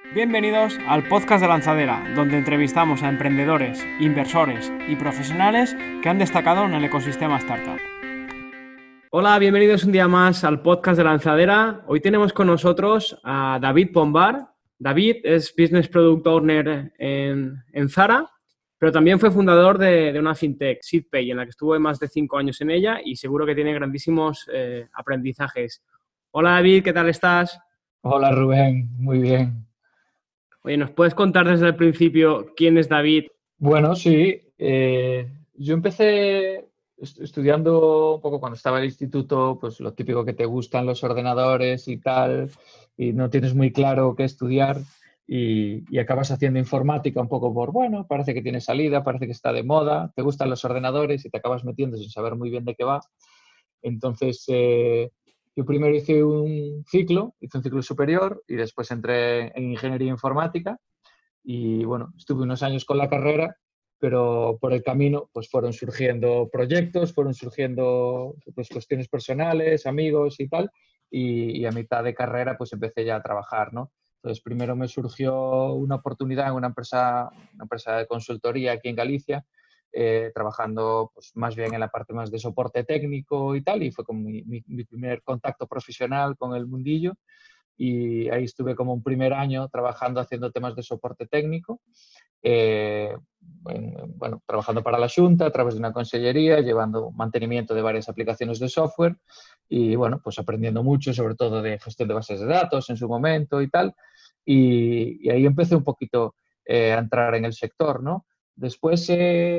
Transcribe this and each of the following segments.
Bienvenidos al podcast de Lanzadera, donde entrevistamos a emprendedores, inversores y profesionales que han destacado en el ecosistema startup. Hola, bienvenidos un día más al podcast de Lanzadera. Hoy tenemos con nosotros a David Pombar. David es Business Product Owner en Zara, pero también fue fundador de una fintech, SeedPay, en la que estuvo más de 5 años en ella y seguro que tiene grandísimos aprendizajes. Hola David, ¿qué tal estás? Hola Rubén, muy bien. Oye, ¿nos puedes contar desde el principio quién es David? Bueno, sí, yo empecé estudiando un poco cuando estaba en el instituto, pues lo típico que te gustan los ordenadores y tal, y no tienes muy claro qué estudiar y acabas haciendo informática un poco por, bueno, parece que tiene salida, parece que está de moda, te gustan los ordenadores y te acabas metiendo sin saber muy bien de qué va. Entonces, yo primero hice un ciclo superior y después entré en ingeniería informática. Y bueno, estuve unos años con la carrera, pero por el camino pues fueron surgiendo proyectos, fueron surgiendo pues, cuestiones personales, amigos y tal, y a mitad de carrera pues empecé ya a trabajar, ¿no? Entonces primero me surgió una oportunidad en una empresa de consultoría aquí en Galicia, trabajando pues más bien en la parte más de soporte técnico y tal, y fue como mi primer contacto profesional con el mundillo y ahí estuve como un primer año trabajando haciendo temas de soporte técnico, eh, bueno, trabajando para la Junta a través de una consellería, llevando mantenimiento de varias aplicaciones de software y bueno, pues aprendiendo mucho, sobre todo de gestión de bases de datos en su momento y tal. Y ahí empecé un poquito a entrar en el sector, ¿no? Después,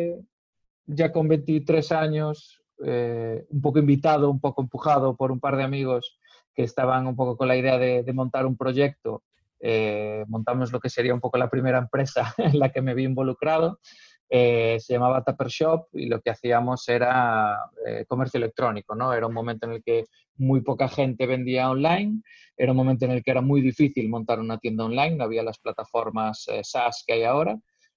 ya con 23 años, un poco invitado, un poco empujado por un par de amigos que estaban un poco con la idea de montar un proyecto, montamos lo que sería un poco la primera empresa en la que me vi involucrado. Se llamaba Tupper Shop y lo que hacíamos era comercio electrónico, ¿no? Era un momento en el que muy poca gente vendía online, era un momento en el que era muy difícil montar una tienda online, no había las plataformas SaaS que hay ahora,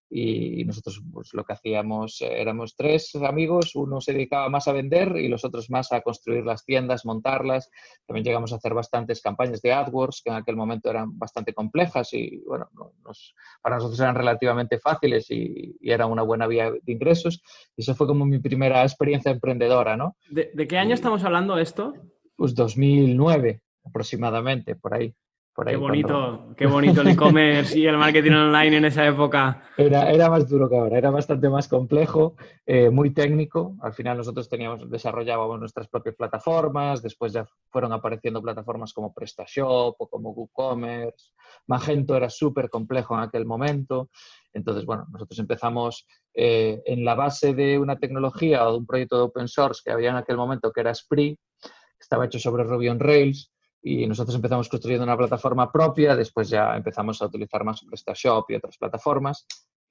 y nosotros pues, lo que hacíamos éramos tres amigos, uno se dedicaba más a vender y los otros más a construir las tiendas, montarlas. También llegamos a hacer bastantes campañas de AdWords que en aquel momento eran bastante complejas y bueno, para nosotros eran relativamente fáciles y era una buena vía de ingresos. Y eso fue como mi primera experiencia emprendedora, ¿no? ¿De qué año Y estamos hablando esto? pues 2009 aproximadamente, por ahí cuando... Qué bonito el e-commerce y el marketing online en esa época. Era más duro que ahora, era bastante más complejo, muy técnico. Al final nosotros desarrollábamos nuestras propias plataformas, después ya fueron apareciendo plataformas como PrestaShop o como WooCommerce. Magento era súper complejo en aquel momento. Entonces, bueno, nosotros empezamos en la base de una tecnología o de un proyecto de open source que había en aquel momento que era Spree, estaba hecho sobre Ruby on Rails y nosotros empezamos construyendo una plataforma propia, después ya empezamos a utilizar más PrestaShop y otras plataformas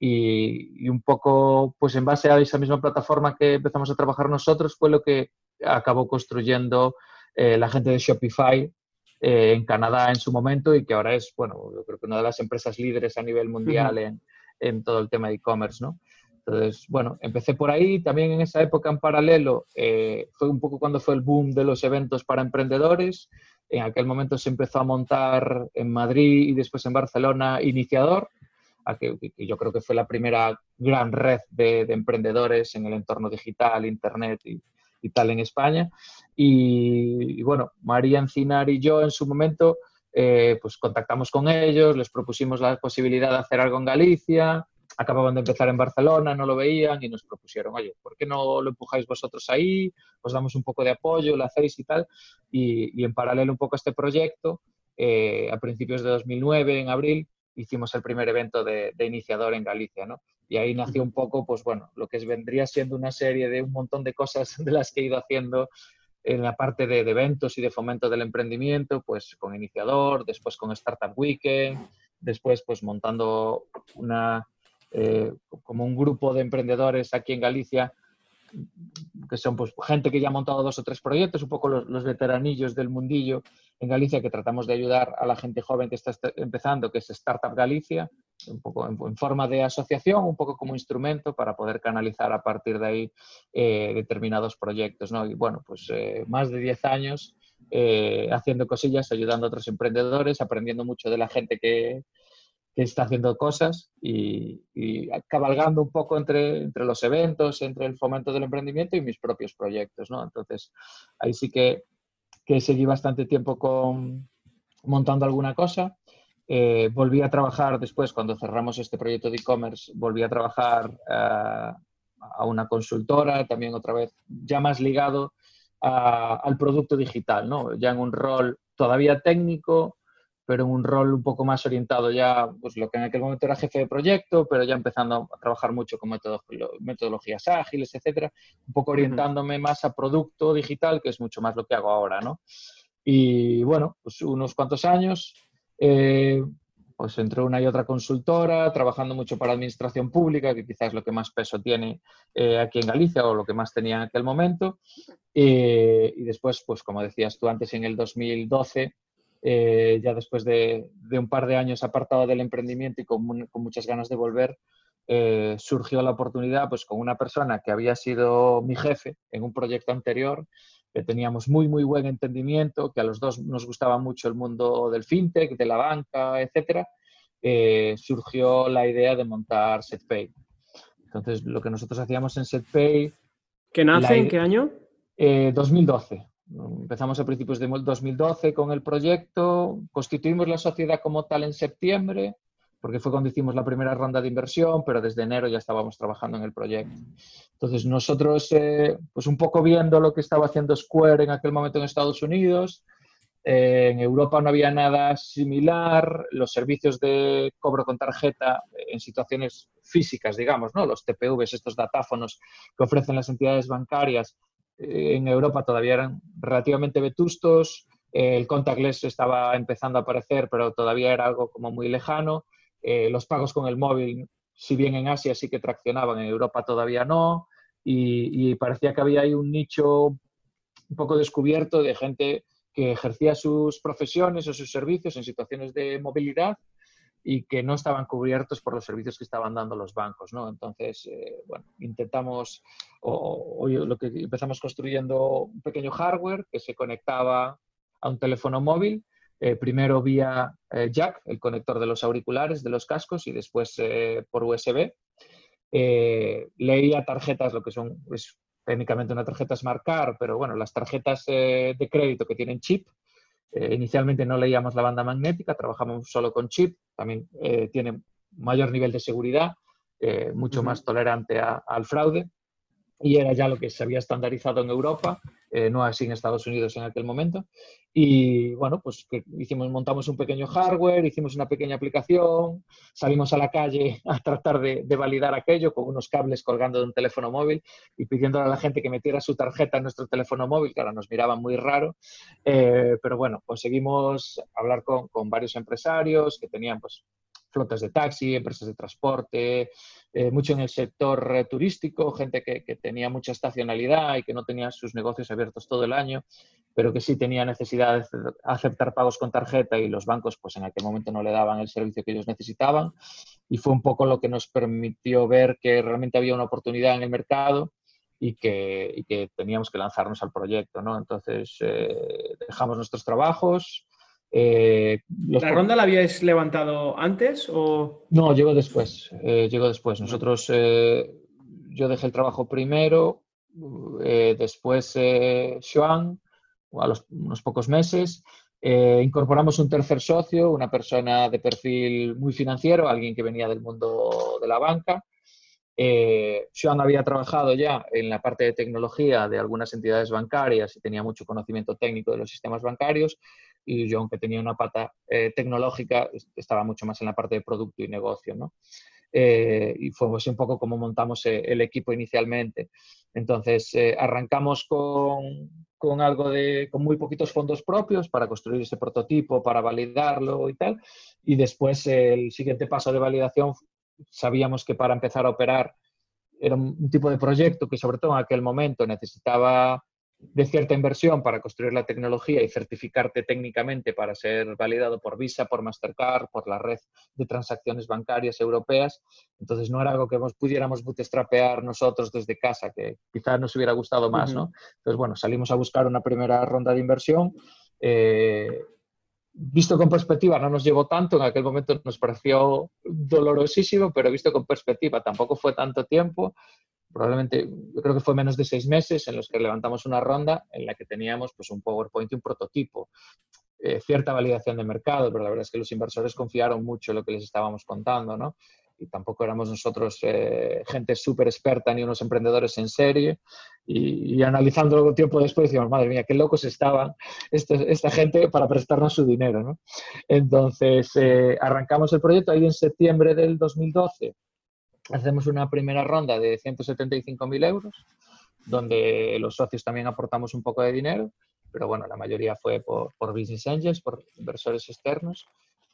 y un poco pues en base a esa misma plataforma que empezamos a trabajar nosotros fue lo que acabó construyendo la gente de Shopify en Canadá en su momento y que ahora es, bueno, yo creo que una de las empresas líderes a nivel mundial en todo el tema de e-commerce, ¿no? Entonces, bueno, empecé por ahí. También en esa época, en paralelo, fue un poco cuando fue el boom de los eventos para emprendedores. En aquel momento se empezó a montar en Madrid y después en Barcelona Iniciador, que yo creo que fue la primera gran red de emprendedores en el entorno digital, Internet y tal en España. Y bueno, María Encinar y yo en su momento pues contactamos con ellos, les propusimos la posibilidad de hacer algo en Galicia, acababan de empezar en Barcelona, no lo veían y nos propusieron, oye, ¿por qué no lo empujáis vosotros ahí? Os damos un poco de apoyo, lo hacéis y tal. Y en paralelo un poco a este proyecto, a principios de 2009, en abril, hicimos el primer evento de iniciador en Galicia, ¿no? Y ahí nació un poco, pues bueno, lo que vendría siendo una serie de un montón de cosas de las que he ido haciendo en la parte de eventos y de fomento del emprendimiento, pues con Iniciador, después con Startup Weekend, después pues montando una, como un grupo de emprendedores aquí en Galicia que son pues gente que ya ha montado dos o tres proyectos, un poco los veteranillos del mundillo en Galicia, que tratamos de ayudar a la gente joven que está empezando, que es Startup Galicia, un poco en forma de asociación, un poco como instrumento para poder canalizar a partir de ahí determinados proyectos, ¿no? Y bueno, pues más de 10 años haciendo cosillas, ayudando a otros emprendedores, aprendiendo mucho de la gente que está haciendo cosas y cabalgando un poco entre los eventos, entre el fomento del emprendimiento y mis propios proyectos, ¿no? Entonces, ahí sí que seguí bastante tiempo montando alguna cosa. Volví a trabajar después, cuando cerramos este proyecto de e-commerce, volví a trabajar a una consultora, también otra vez, ya más ligado al producto digital, ¿no? Ya en un rol todavía técnico, pero en un rol un poco más orientado ya, pues lo que en aquel momento era jefe de proyecto, pero ya empezando a trabajar mucho con metodologías ágiles, etcétera, un poco orientándome más a producto digital, que es mucho más lo que hago ahora, ¿no? Y bueno, pues unos cuantos años, pues entre una y otra consultora, trabajando mucho para administración pública, que quizás es lo que más peso tiene aquí en Galicia o lo que más tenía en aquel momento. Y después, pues como decías tú antes, en el 2012, ya después de un par de años apartado del emprendimiento y con muchas ganas de volver, surgió la oportunidad pues con una persona que había sido mi jefe en un proyecto anterior, que teníamos muy, muy buen entendimiento, que a los dos nos gustaba mucho el mundo del fintech, de la banca, etcétera. Surgió la idea de montar SetPay. Entonces, lo que nosotros hacíamos en SetPay... ¿Qué nace? ¿En qué año? 2012. Empezamos a principios de 2012 con el proyecto, constituimos la sociedad como tal en septiembre, porque fue cuando hicimos la primera ronda de inversión, pero desde enero ya estábamos trabajando en el proyecto. Entonces nosotros, pues un poco viendo lo que estaba haciendo Square en aquel momento en Estados Unidos, en Europa no había nada similar, los servicios de cobro con tarjeta en situaciones físicas, digamos, ¿no? Los TPVs, estos datáfonos que ofrecen las entidades bancarias, en Europa todavía eran relativamente vetustos, el contactless estaba empezando a aparecer, pero todavía era algo como muy lejano, los pagos con el móvil, si bien en Asia sí que traccionaban, en Europa todavía no, y parecía que había ahí un nicho un poco descubierto de gente que ejercía sus profesiones o sus servicios en situaciones de movilidad y que no estaban cubiertos por los servicios que estaban dando los bancos, ¿no? Entonces, bueno, intentamos, o lo que empezamos construyendo un pequeño hardware que se conectaba a un teléfono móvil, primero vía jack, el conector de los auriculares, de los cascos, y después por USB. Leía tarjetas, lo que son, es técnicamente una tarjeta Smart Card, pero bueno, las tarjetas de crédito que tienen chip. Inicialmente no leíamos la banda magnética, trabajamos solo con chip, también tiene mayor nivel de seguridad, mucho más tolerante al fraude, y era ya lo que se había estandarizado en Europa, no así en Estados Unidos en aquel momento. Y bueno, pues que montamos un pequeño hardware, hicimos una pequeña aplicación, salimos a la calle a tratar de validar aquello con unos cables colgando de un teléfono móvil y pidiéndole a la gente que metiera su tarjeta en nuestro teléfono móvil, que ahora nos miraban muy raro. Pero bueno, conseguimos hablar con varios empresarios que tenían pues flotas de taxi, empresas de transporte, mucho en el sector turístico, gente que tenía mucha estacionalidad y que no tenía sus negocios abiertos todo el año, pero que sí tenía necesidad de aceptar pagos con tarjeta y los bancos pues en aquel momento no le daban el servicio que ellos necesitaban, y fue un poco lo que nos permitió ver que realmente había una oportunidad en el mercado y que teníamos que lanzarnos al proyecto, ¿no? Entonces dejamos nuestros trabajos. ¿La ronda la habíais levantado antes o...? No, llegó después. Llegó después. Nosotros, yo dejé el trabajo primero, después Xuan, unos pocos meses. Incorporamos un tercer socio, una persona de perfil muy financiero, alguien que venía del mundo de la banca. Xuan había trabajado ya en la parte de tecnología de algunas entidades bancarias y tenía mucho conocimiento técnico de los sistemas bancarios, y yo, aunque tenía una pata tecnológica, estaba mucho más en la parte de producto y negocio, ¿no? Y fue así un poco como montamos el equipo inicialmente. Entonces, arrancamos con muy poquitos fondos propios para construir ese prototipo, para validarlo y tal, y después el siguiente paso de validación, sabíamos que para empezar a operar era un tipo de proyecto que sobre todo en aquel momento necesitaba de cierta inversión para construir la tecnología y certificarte técnicamente para ser validado por Visa, por Mastercard, por la red de transacciones bancarias europeas. Entonces no era algo que pudiéramos bootstrapear nosotros desde casa, que quizás nos hubiera gustado más, ¿no? Entonces, bueno, salimos a buscar una primera ronda de inversión. visto con perspectiva no nos llevó tanto, en aquel momento nos pareció dolorosísimo, pero visto con perspectiva tampoco fue tanto tiempo. Probablemente, yo creo que fue menos de 6 meses en los que levantamos una ronda en la que teníamos pues, un PowerPoint y un prototipo. Cierta validación de mercado, pero la verdad es que los inversores confiaron mucho en lo que les estábamos contando, ¿no? Y tampoco éramos nosotros gente súper experta ni unos emprendedores en serie. Y analizándolo tiempo después decíamos, madre mía, qué locos estaban esta gente para prestarnos su dinero, ¿no? Entonces, arrancamos el proyecto ahí en septiembre del 2012. Hacemos una primera ronda de 175.000 euros, donde los socios también aportamos un poco de dinero, pero bueno, la mayoría fue por business angels, por inversores externos,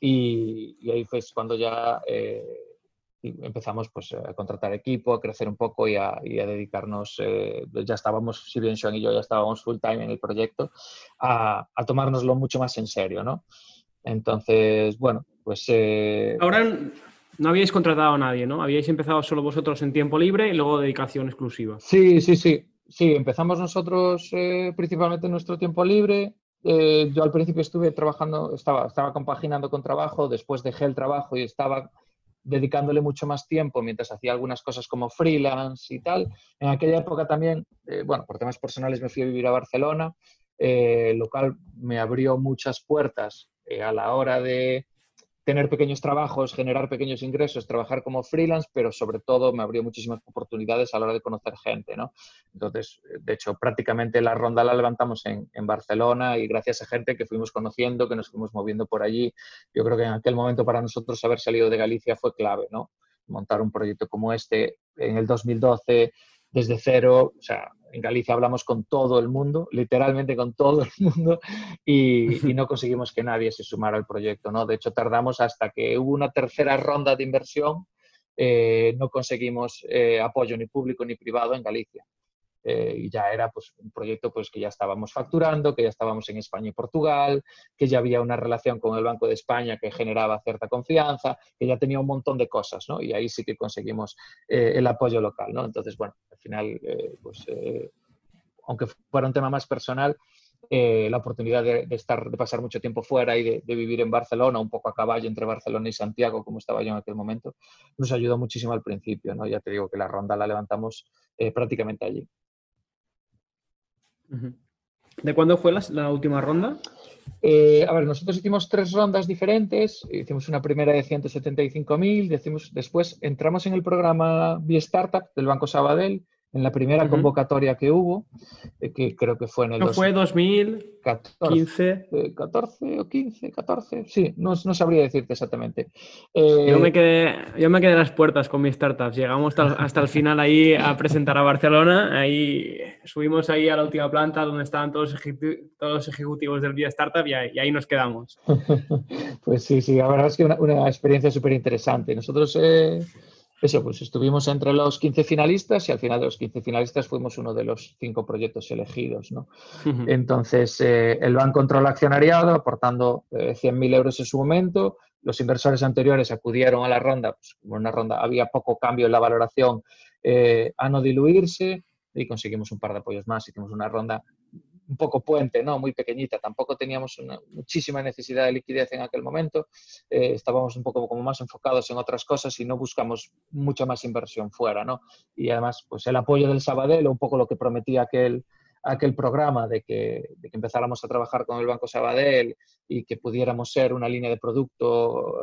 y ahí fue cuando ya empezamos pues, a contratar equipo, a crecer un poco y a dedicarnos, ya estábamos, si bien Sean y yo ya estábamos full time en el proyecto, a tomárnoslo mucho más en serio, ¿no? Entonces, bueno, pues... Ahora no habíais contratado a nadie, ¿no? Habíais empezado solo vosotros en tiempo libre y luego dedicación exclusiva. Sí, sí, sí. Sí, empezamos nosotros principalmente en nuestro tiempo libre. Yo al principio estuve trabajando, estaba compaginando con trabajo, después dejé el trabajo y estaba dedicándole mucho más tiempo mientras hacía algunas cosas como freelance y tal. En aquella época también, bueno, por temas personales me fui a vivir a Barcelona, lo cual me abrió muchas puertas a la hora de tener pequeños trabajos, generar pequeños ingresos, trabajar como freelance, pero sobre todo me abrió muchísimas oportunidades a la hora de conocer gente, ¿no? Entonces, de hecho, prácticamente la ronda la levantamos en Barcelona y gracias a gente que fuimos conociendo, que nos fuimos moviendo por allí. Yo creo que en aquel momento para nosotros haber salido de Galicia fue clave, ¿no? Montar un proyecto como este en el 2012 desde cero, o sea, en Galicia hablamos con todo el mundo, literalmente con todo el mundo, y no conseguimos que nadie se sumara al proyecto, ¿no? De hecho, tardamos hasta que hubo una tercera ronda de inversión, no conseguimos apoyo ni público ni privado en Galicia. Y ya era pues, un proyecto pues, que ya estábamos facturando, que ya estábamos en España y Portugal, que ya había una relación con el Banco de España que generaba cierta confianza, que ya tenía un montón de cosas, ¿no? Y ahí sí que conseguimos el apoyo local, ¿no? Entonces, bueno, al final, aunque fuera un tema más personal, la oportunidad de pasar mucho tiempo fuera y de vivir en Barcelona, un poco a caballo entre Barcelona y Santiago, como estaba yo en aquel momento, nos ayudó muchísimo al principio, ¿no? Ya te digo que la ronda la levantamos prácticamente allí. ¿De cuándo fue la última ronda? A ver, nosotros hicimos 3 rondas diferentes. Hicimos una primera de 175.000, después entramos en el programa B-Startup del Banco Sabadell, en la primera convocatoria que hubo, que creo que fue en el ¿No fue 2015? 14 o 15, 14, sí, no sabría decirte exactamente. Yo me quedé a las puertas con mis startups. Llegamos hasta el final ahí a presentar a Barcelona. Ahí subimos ahí a la última planta donde estaban todos los ejecutivos del Vía Startup y ahí nos quedamos. Pues sí, la verdad es que una experiencia súper interesante. Nosotros, pues estuvimos entre los 15 finalistas y al final de los 15 finalistas fuimos uno de los 5 proyectos elegidos, ¿no? Entonces, el banco entró al accionariado aportando 100.000 euros en su momento. Los inversores anteriores acudieron a la ronda, pues como en una ronda había poco cambio en la valoración, a no diluirse y conseguimos un par de apoyos más. Hicimos una ronda un poco puente, ¿no? Muy pequeñita. Tampoco teníamos muchísima necesidad de liquidez en aquel momento. Estábamos un poco como más enfocados en otras cosas y no buscamos mucha más inversión fuera, ¿no? Y además, pues el apoyo del Sabadell, un poco lo que prometía aquel programa de que empezáramos a trabajar con el Banco Sabadell y que pudiéramos ser una línea de producto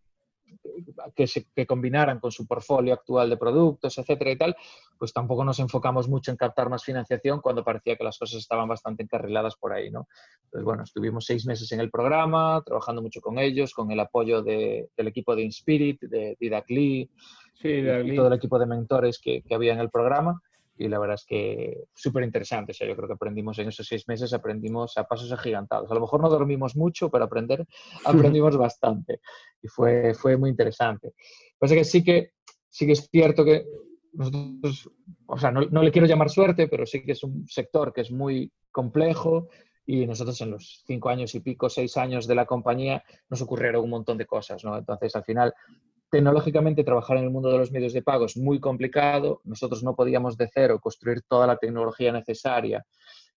que combinaran con su portfolio actual de productos, etcétera y tal, pues tampoco nos enfocamos mucho en captar más financiación cuando parecía que las cosas estaban bastante encarriladas por ahí, ¿no? Entonces, bueno, estuvimos 6 meses en el programa, trabajando mucho con ellos, con el apoyo del equipo de InSpirit, de Didac Lee, Sí, y todo el equipo de mentores que había en el programa. Y la verdad es que súper interesante. O sea, yo creo que aprendimos en esos 6 meses, aprendimos a pasos agigantados. A lo mejor no dormimos mucho, pero aprendimos bastante. Y fue muy interesante. Pasa que sí que es cierto que nosotros, o sea, no le quiero llamar suerte, pero sí que es un sector que es muy complejo y nosotros en los 5 años y pico, 6 años de la compañía nos ocurrieron un montón de cosas, ¿no? Entonces, al final, tecnológicamente trabajar en el mundo de los medios de pago es muy complicado. Nosotros no podíamos de cero construir toda la tecnología necesaria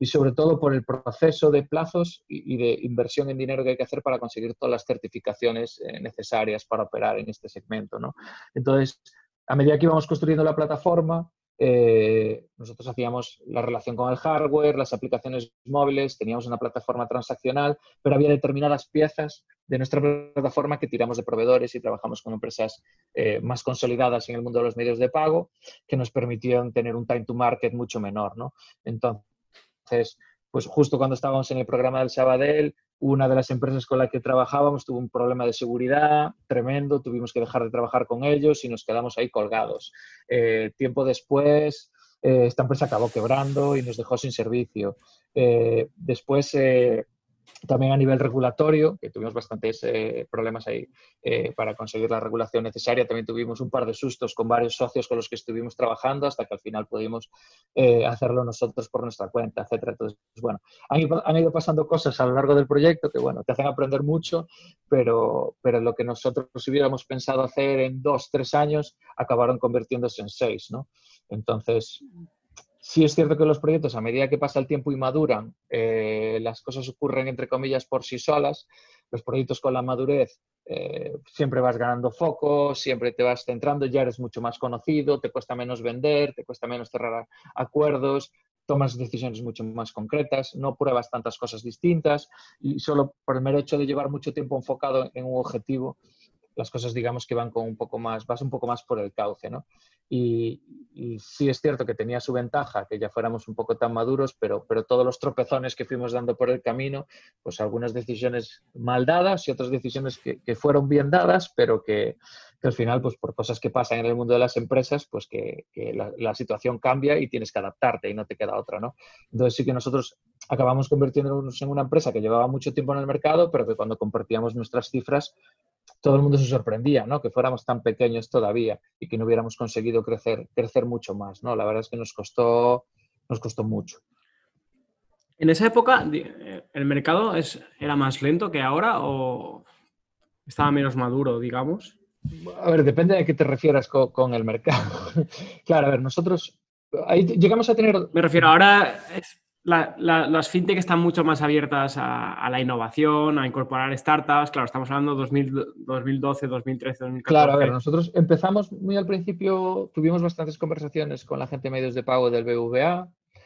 y sobre todo por el proceso de plazos y de inversión en dinero que hay que hacer para conseguir todas las certificaciones necesarias para operar en este segmento, ¿no? Entonces, a medida que íbamos construyendo la plataforma, nosotros hacíamos la relación con el hardware, las aplicaciones móviles, teníamos una plataforma transaccional, pero había determinadas piezas de nuestra plataforma que tiramos de proveedores y trabajamos con empresas más consolidadas en el mundo de los medios de pago que nos permitieron tener un time to market mucho menor, ¿no? Entonces, pues justo cuando estábamos en el programa del Sabadell, una de las empresas con la que trabajábamos tuvo un problema de seguridad tremendo, tuvimos que dejar de trabajar con ellos y nos quedamos ahí colgados. Tiempo después, esta empresa acabó quebrando y nos dejó sin servicio. Después, también a nivel regulatorio, que tuvimos bastantes problemas ahí para conseguir la regulación necesaria. También tuvimos un par de sustos con varios socios con los que estuvimos trabajando hasta que al final pudimos hacerlo nosotros por nuestra cuenta, etcétera. Entonces, bueno, han ido pasando cosas a lo largo del proyecto que, bueno, te hacen aprender mucho, pero lo que nosotros hubiéramos pensado hacer en 2-3 años acabaron convirtiéndose en 6, ¿no? Entonces, sí es cierto que los proyectos, a medida que pasa el tiempo y maduran, las cosas ocurren, entre comillas, por sí solas. Los proyectos con la madurez siempre vas ganando foco, siempre te vas centrando, ya eres mucho más conocido, te cuesta menos vender, te cuesta menos cerrar acuerdos, tomas decisiones mucho más concretas, no pruebas tantas cosas distintas y solo por el mero hecho de llevar mucho tiempo enfocado en un objetivo, las cosas digamos que van con un poco más, vas un poco más por el cauce, ¿no? Y sí es cierto que tenía su ventaja que ya fuéramos un poco tan maduros, pero todos los tropezones que fuimos dando por el camino, pues algunas decisiones mal dadas y otras decisiones que fueron bien dadas, pero que al final, pues por cosas que pasan en el mundo de las empresas, pues que la situación cambia y tienes que adaptarte y no te queda otra, ¿no? Entonces sí que nosotros acabamos convirtiéndonos en una empresa que llevaba mucho tiempo en el mercado, pero que cuando compartíamos nuestras cifras, todo el mundo se sorprendía, ¿no? Que fuéramos tan pequeños todavía y que no hubiéramos conseguido crecer mucho más, ¿no? La verdad es que nos costó mucho. En esa época, ¿el mercado era más lento que ahora o estaba menos maduro, digamos? A ver, depende de qué te refieras con el mercado. Claro, a ver, nosotros ahí llegamos a tener... Me refiero, ahora las fintech están mucho más abiertas a la innovación, a incorporar startups. Claro, estamos hablando de 2012, 2013, Claro, a ver, 2014. nosotros empezamos muy al principio, tuvimos bastantes conversaciones con la gente de medios de pago del BBVA.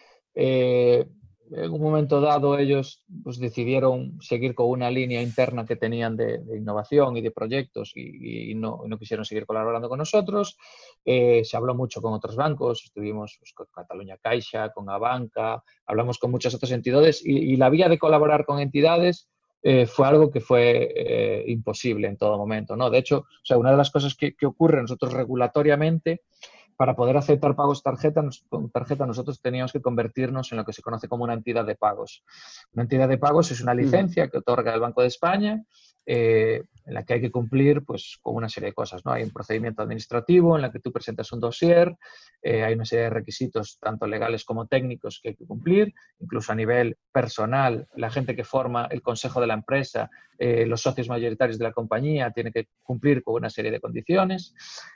En un momento dado ellos pues, decidieron seguir con una línea interna que tenían de innovación y de proyectos y no quisieron seguir colaborando con nosotros. Se habló mucho con otros bancos, estuvimos pues, con Catalunya Caixa, con Abanca, hablamos con muchas otras entidades y la vía de colaborar con entidades fue algo que fue imposible en todo momento, ¿no? De hecho, o sea, una de las cosas que ocurre nosotros regulatoriamente, para poder aceptar pagos con tarjeta, nosotros teníamos que convertirnos en lo que se conoce como una entidad de pagos. Una entidad de pagos es una licencia que otorga el Banco de España en la que hay que cumplir pues, con una serie de cosas, ¿no? Hay un procedimiento administrativo en el que tú presentas un dossier, hay una serie de requisitos tanto legales como técnicos que hay que cumplir, incluso a nivel personal, la gente que forma el consejo de la empresa, los socios mayoritarios de la compañía tienen que cumplir con una serie de condiciones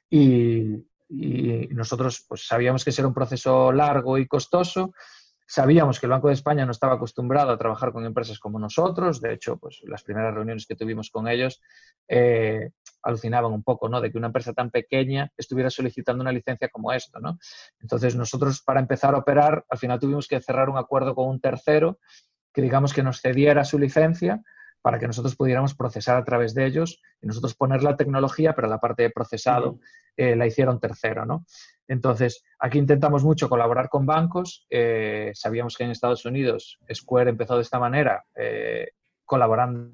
y nosotros pues, sabíamos que ese era un proceso largo y costoso. Sabíamos que el Banco de España no estaba acostumbrado a trabajar con empresas como nosotros. De hecho, pues, las primeras reuniones que tuvimos con ellos alucinaban un poco, ¿no? De que una empresa tan pequeña estuviera solicitando una licencia como esta, ¿no? Entonces, nosotros para empezar a operar, al final tuvimos que cerrar un acuerdo con un tercero que digamos que nos cediera su licencia para que nosotros pudiéramos procesar a través de ellos y nosotros poner la tecnología, pero la parte de procesado la hiciera un tercero, ¿no? Entonces, aquí intentamos mucho colaborar con bancos. Sabíamos que en Estados Unidos Square empezó de esta manera, colaborando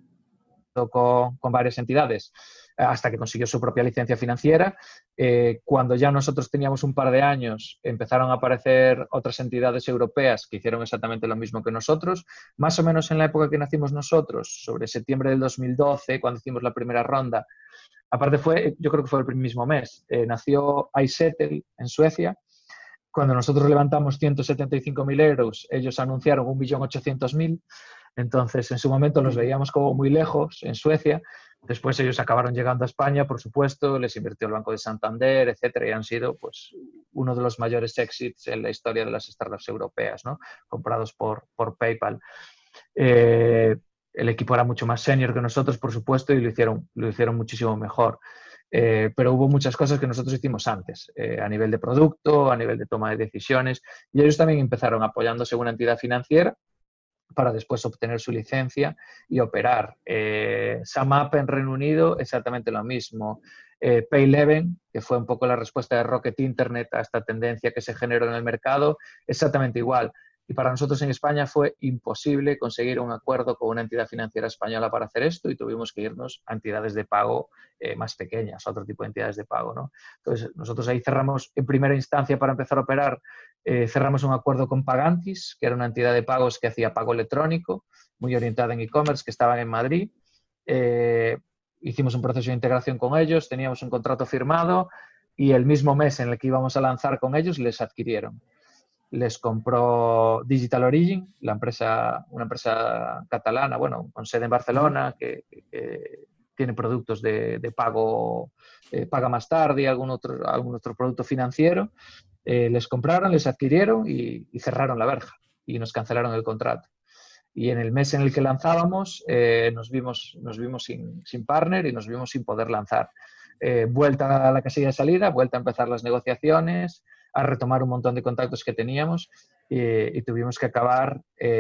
con varias entidades hasta que consiguió su propia licencia financiera. Cuando ya nosotros teníamos un par de años, empezaron a aparecer otras entidades europeas que hicieron exactamente lo mismo que nosotros. Más o menos en la época que nacimos nosotros, sobre septiembre del 2012, cuando hicimos la primera ronda, aparte yo creo que fue el mismo mes, nació iSettle en Suecia. Cuando nosotros levantamos 175.000 euros, ellos anunciaron 1.800.000. Entonces, en su momento los veíamos como muy lejos en Suecia. Después ellos acabaron llegando a España, por supuesto, les invirtió el Banco de Santander, etcétera, y han sido pues uno de los mayores exits en la historia de las startups europeas, ¿no? Comprados por PayPal. El equipo era mucho más senior que nosotros, por supuesto, y lo hicieron muchísimo mejor. Pero hubo muchas cosas que nosotros hicimos antes, a nivel de producto, a nivel de toma de decisiones, y ellos también empezaron apoyándose en una entidad financiera para después obtener su licencia y operar. SumUp en Reino Unido, exactamente lo mismo. Pay11, que fue un poco la respuesta de Rocket Internet a esta tendencia que se generó en el mercado, exactamente igual. Y para nosotros en España fue imposible conseguir un acuerdo con una entidad financiera española para hacer esto y tuvimos que irnos a entidades de pago más pequeñas, a otro tipo de entidades de pago, ¿no? Entonces, nosotros ahí cerramos en primera instancia para empezar a operar, cerramos un acuerdo con Pagantis, que era una entidad de pagos que hacía pago electrónico, muy orientada en e-commerce, que estaban en Madrid. Hicimos un proceso de integración con ellos, teníamos un contrato firmado y el mismo mes en el que íbamos a lanzar con ellos les adquirieron. Les compró Digital Origin, una empresa catalana, bueno, con sede en Barcelona, que tiene productos de pago, paga más tarde y algún otro producto financiero. Les compraron, les adquirieron y cerraron la verja y nos cancelaron el contrato. Y en el mes en el que lanzábamos nos vimos sin partner y nos vimos sin poder lanzar. Vuelta a la casilla de salida, vuelta a empezar las negociaciones, a retomar un montón de contactos que teníamos y tuvimos que acabar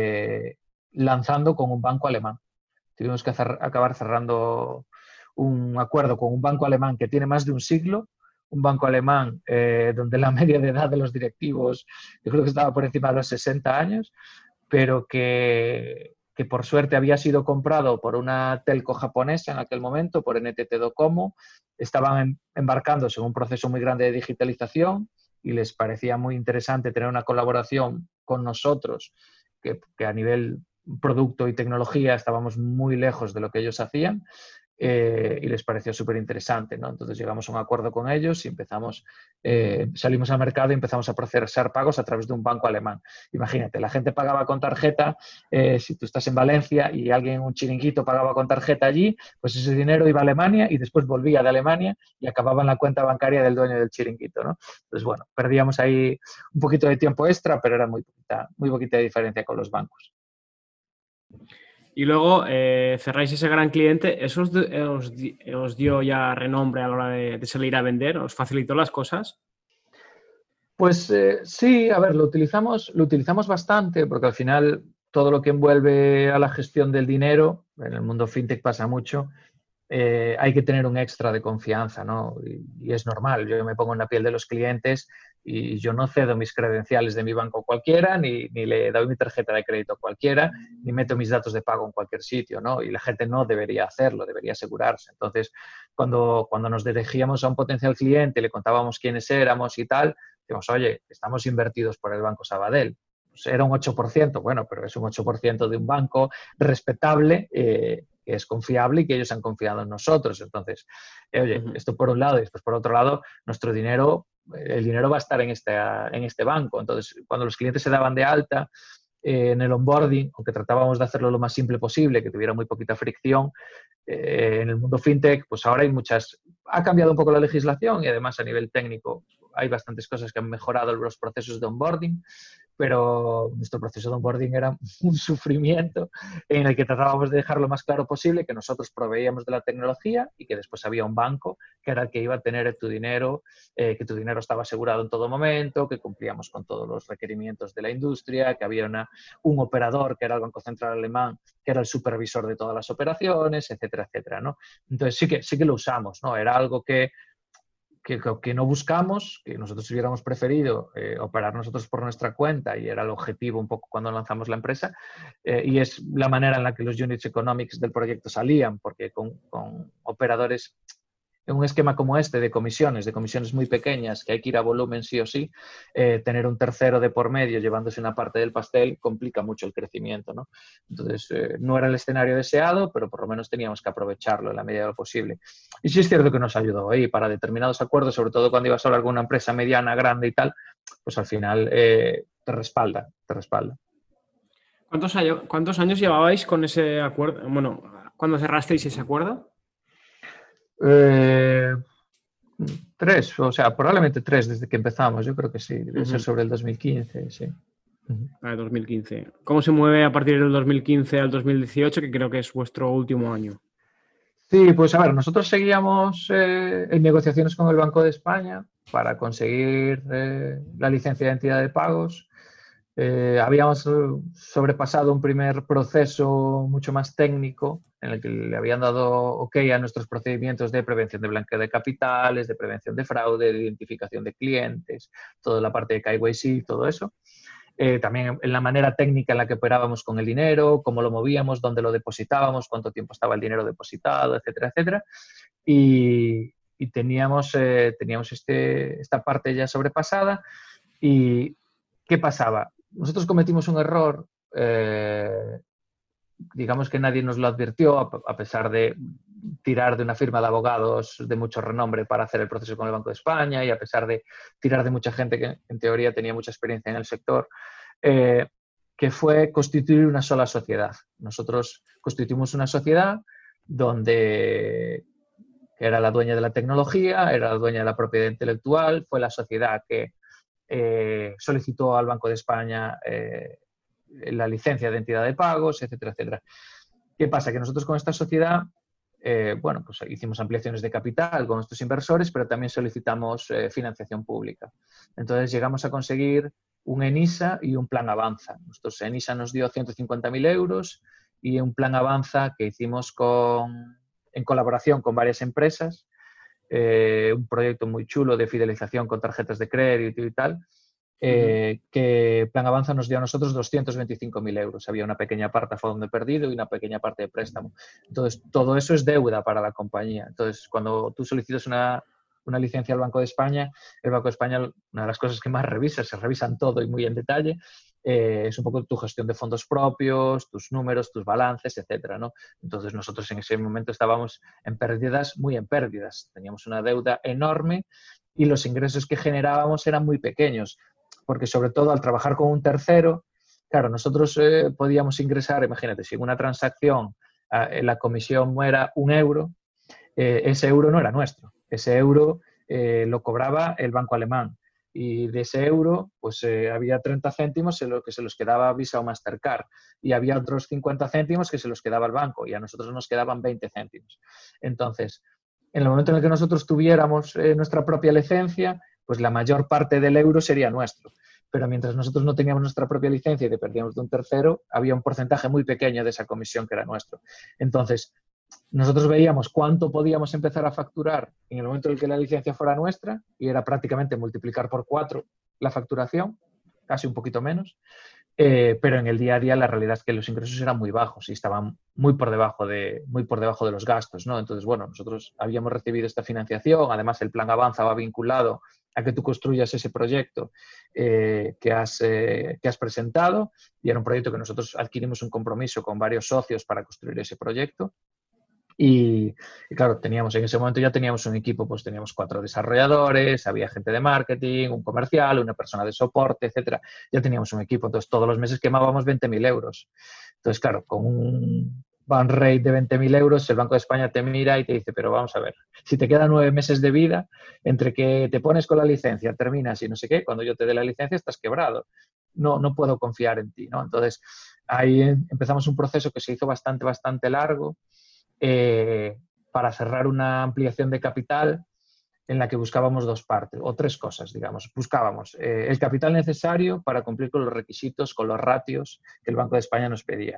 lanzando con un banco alemán. Tuvimos que acabar cerrando un acuerdo con un banco alemán que tiene más de un siglo, un banco alemán donde la media de edad de los directivos yo creo que estaba por encima de los 60 años, pero que por suerte había sido comprado por una telco japonesa en aquel momento, por NTT Docomo. Estaban embarcándose en un proceso muy grande de digitalización y les parecía muy interesante tener una colaboración con nosotros, que a nivel producto y tecnología estábamos muy lejos de lo que ellos hacían. Y les pareció súper interesante, ¿no? Entonces llegamos a un acuerdo con ellos y salimos al mercado y empezamos a procesar pagos a través de un banco alemán. Imagínate, la gente pagaba con tarjeta, si tú estás en Valencia y alguien en un chiringuito pagaba con tarjeta allí, pues ese dinero iba a Alemania y después volvía de Alemania y acababa en la cuenta bancaria del dueño del chiringuito, ¿no? Entonces, bueno, perdíamos ahí un poquito de tiempo extra, pero era muy poquita diferencia con los bancos. Y luego cerráis ese gran cliente. ¿Eso os dio ya renombre a la hora de salir a vender? ¿Os facilitó las cosas? Pues sí, a ver, lo utilizamos bastante porque al final todo lo que envuelve a la gestión del dinero, en el mundo fintech pasa mucho, hay que tener un extra de confianza, ¿no? Y es normal, yo me pongo en la piel de los clientes y yo no cedo mis credenciales de mi banco a cualquiera, ni le doy mi tarjeta de crédito a cualquiera, ni meto mis datos de pago en cualquier sitio, ¿no? Y la gente no debería hacerlo, debería asegurarse. Entonces, cuando nos dirigíamos a un potencial cliente, le contábamos quiénes éramos y tal, decimos, oye, estamos invertidos por el Banco Sabadell. Pues era un 8%, bueno, pero es un 8% de un banco respetable, que es confiable y que ellos han confiado en nosotros. Entonces, oye, esto por un lado y después por otro lado, nuestro dinero, el dinero va a estar en este banco. Entonces, cuando los clientes se daban de alta en el onboarding, aunque tratábamos de hacerlo lo más simple posible, que tuviera muy poquita fricción, en el mundo fintech, pues ahora ha cambiado un poco la legislación y además a nivel técnico hay bastantes cosas que han mejorado los procesos de onboarding, pero nuestro proceso de onboarding era un sufrimiento en el que tratábamos de dejar lo más claro posible que nosotros proveíamos de la tecnología y que después había un banco que era el que iba a tener tu dinero, que tu dinero estaba asegurado en todo momento, que cumplíamos con todos los requerimientos de la industria, que había un operador que era el Banco Central Alemán, que era el supervisor de todas las operaciones, etcétera, etcétera, ¿no? Entonces sí que lo usamos, ¿no? Era algo que no buscamos, que nosotros hubiéramos preferido operar nosotros por nuestra cuenta y era el objetivo un poco cuando lanzamos la empresa, y es la manera en la que los units economics del proyecto salían, porque con operadores en un esquema como este de comisiones muy pequeñas, que hay que ir a volumen sí o sí, tener un tercero de por medio llevándose una parte del pastel complica mucho el crecimiento, ¿no? Entonces, no era el escenario deseado, pero por lo menos teníamos que aprovecharlo en la medida de lo posible. Y sí es cierto que nos ayudó ahí para determinados acuerdos, sobre todo cuando ibas a hablar con una empresa mediana, grande y tal, pues al final te respalda. ¿Cuántos años llevabais con ese acuerdo? Bueno, ¿cuándo cerrasteis ese acuerdo? 3, o sea, probablemente 3 desde que empezamos. Yo creo que sí, debe ser sobre el 2015, sí. 2015. ¿Cómo se mueve a partir del 2015 al 2018, que creo que es vuestro último año? Sí, pues a ver, nosotros seguíamos en negociaciones con el Banco de España para conseguir la licencia de entidad de pagos. Habíamos sobrepasado un primer proceso mucho más técnico en el que le habían dado OK a nuestros procedimientos de prevención de blanqueo de capitales, de prevención de fraude, de identificación de clientes, toda la parte de KYC, todo eso. También en la manera técnica en la que operábamos con el dinero, cómo lo movíamos, dónde lo depositábamos, cuánto tiempo estaba el dinero depositado, etcétera, etcétera. Y teníamos esta parte ya sobrepasada. ¿Y qué pasaba? Nosotros cometimos un error, digamos que nadie nos lo advirtió, a pesar de tirar de una firma de abogados de mucho renombre para hacer el proceso con el Banco de España y a pesar de tirar de mucha gente que en teoría tenía mucha experiencia en el sector, que fue constituir una sola sociedad. Nosotros constituimos una sociedad donde era la dueña de la tecnología, era la dueña de la propiedad intelectual, fue la sociedad que solicitó al Banco de España la licencia de entidad de pagos, etcétera, etcétera. ¿Qué pasa? Que nosotros con esta sociedad, bueno, pues hicimos ampliaciones de capital con nuestros inversores, pero también solicitamos financiación pública. Entonces llegamos a conseguir un ENISA y un plan Avanza. Nuestros ENISA nos dio 150.000 euros y un plan Avanza que hicimos en colaboración con varias empresas, un proyecto muy chulo de fidelización con tarjetas de crédito y tal, que Plan Avanza nos dio a nosotros 225.000 euros. Había una pequeña parte a fondo perdido y una pequeña parte de préstamo. Entonces, todo eso es deuda para la compañía. Entonces, cuando tú solicitas una licencia al Banco de España, el Banco de España, una de las cosas que más revisa, se revisan todo y muy en detalle, es un poco tu gestión de fondos propios, tus números, tus balances, etcétera, ¿no? Entonces, nosotros en ese momento estábamos en pérdidas, muy en pérdidas. Teníamos una deuda enorme y los ingresos que generábamos eran muy pequeños, porque sobre todo al trabajar con un tercero, claro, nosotros podíamos ingresar, imagínate, si en una transacción la comisión era 1 euro, ese euro no era nuestro, ese euro lo cobraba el banco alemán y de ese euro pues había 30 céntimos en lo que se los quedaba Visa o Mastercard y había otros 50 céntimos que se los quedaba el banco y a nosotros nos quedaban 20 céntimos. Entonces, en el momento en el que nosotros tuviéramos nuestra propia licencia, pues la mayor parte del euro sería nuestro. Pero mientras nosotros no teníamos nuestra propia licencia y dependíamos de un tercero, había un porcentaje muy pequeño de esa comisión que era nuestro. Entonces, nosotros veíamos cuánto podíamos empezar a facturar en el momento en el que la licencia fuera nuestra y era prácticamente multiplicar por 4 la facturación, casi un poquito menos. Pero en el día a día la realidad es que los ingresos eran muy bajos y estaban muy por debajo de los gastos, ¿no? Entonces, bueno, nosotros habíamos recibido esta financiación, además el plan Avanza va vinculado a que tú construyas ese proyecto que has presentado y era un proyecto que nosotros adquirimos un compromiso con varios socios para construir ese proyecto. Y claro, en ese momento ya teníamos un equipo, pues teníamos 4 desarrolladores, había gente de marketing, un comercial, una persona de soporte, etcétera. Ya teníamos un equipo, entonces todos los meses quemábamos 20.000 euros. Entonces, claro, con un burn rate de 20.000 euros, el Banco de España te mira y te dice, pero vamos a ver, si te quedan 9 meses de vida, entre que te pones con la licencia, terminas y no sé qué, cuando yo te dé la licencia estás quebrado. No puedo confiar en ti, ¿no? Entonces, ahí empezamos un proceso que se hizo bastante largo, para cerrar una ampliación de capital en la que buscábamos 2 partes, o 3 cosas, digamos. Buscábamos el capital necesario para cumplir con los requisitos, con los ratios que el Banco de España nos pedía.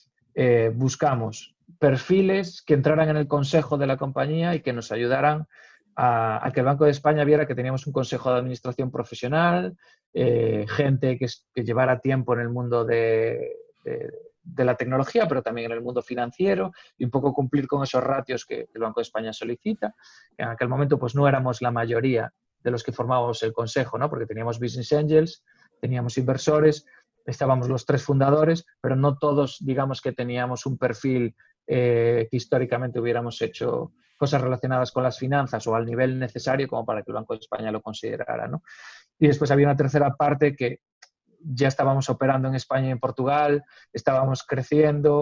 Buscamos perfiles que entraran en el consejo de la compañía y que nos ayudaran a que el Banco de España viera que teníamos un consejo de administración profesional, gente que llevara tiempo en el mundo de la tecnología, pero también en el mundo financiero y un poco cumplir con esos ratios que el Banco de España solicita. En aquel momento pues no éramos la mayoría de los que formábamos el consejo, ¿no? Porque teníamos business angels, teníamos inversores, estábamos los 3 fundadores, pero no todos, digamos que teníamos un perfil que históricamente hubiéramos hecho cosas relacionadas con las finanzas o al nivel necesario como para que el Banco de España lo considerara, ¿no? Y después había una tercera parte que ya estábamos operando en España y en Portugal, estábamos creciendo,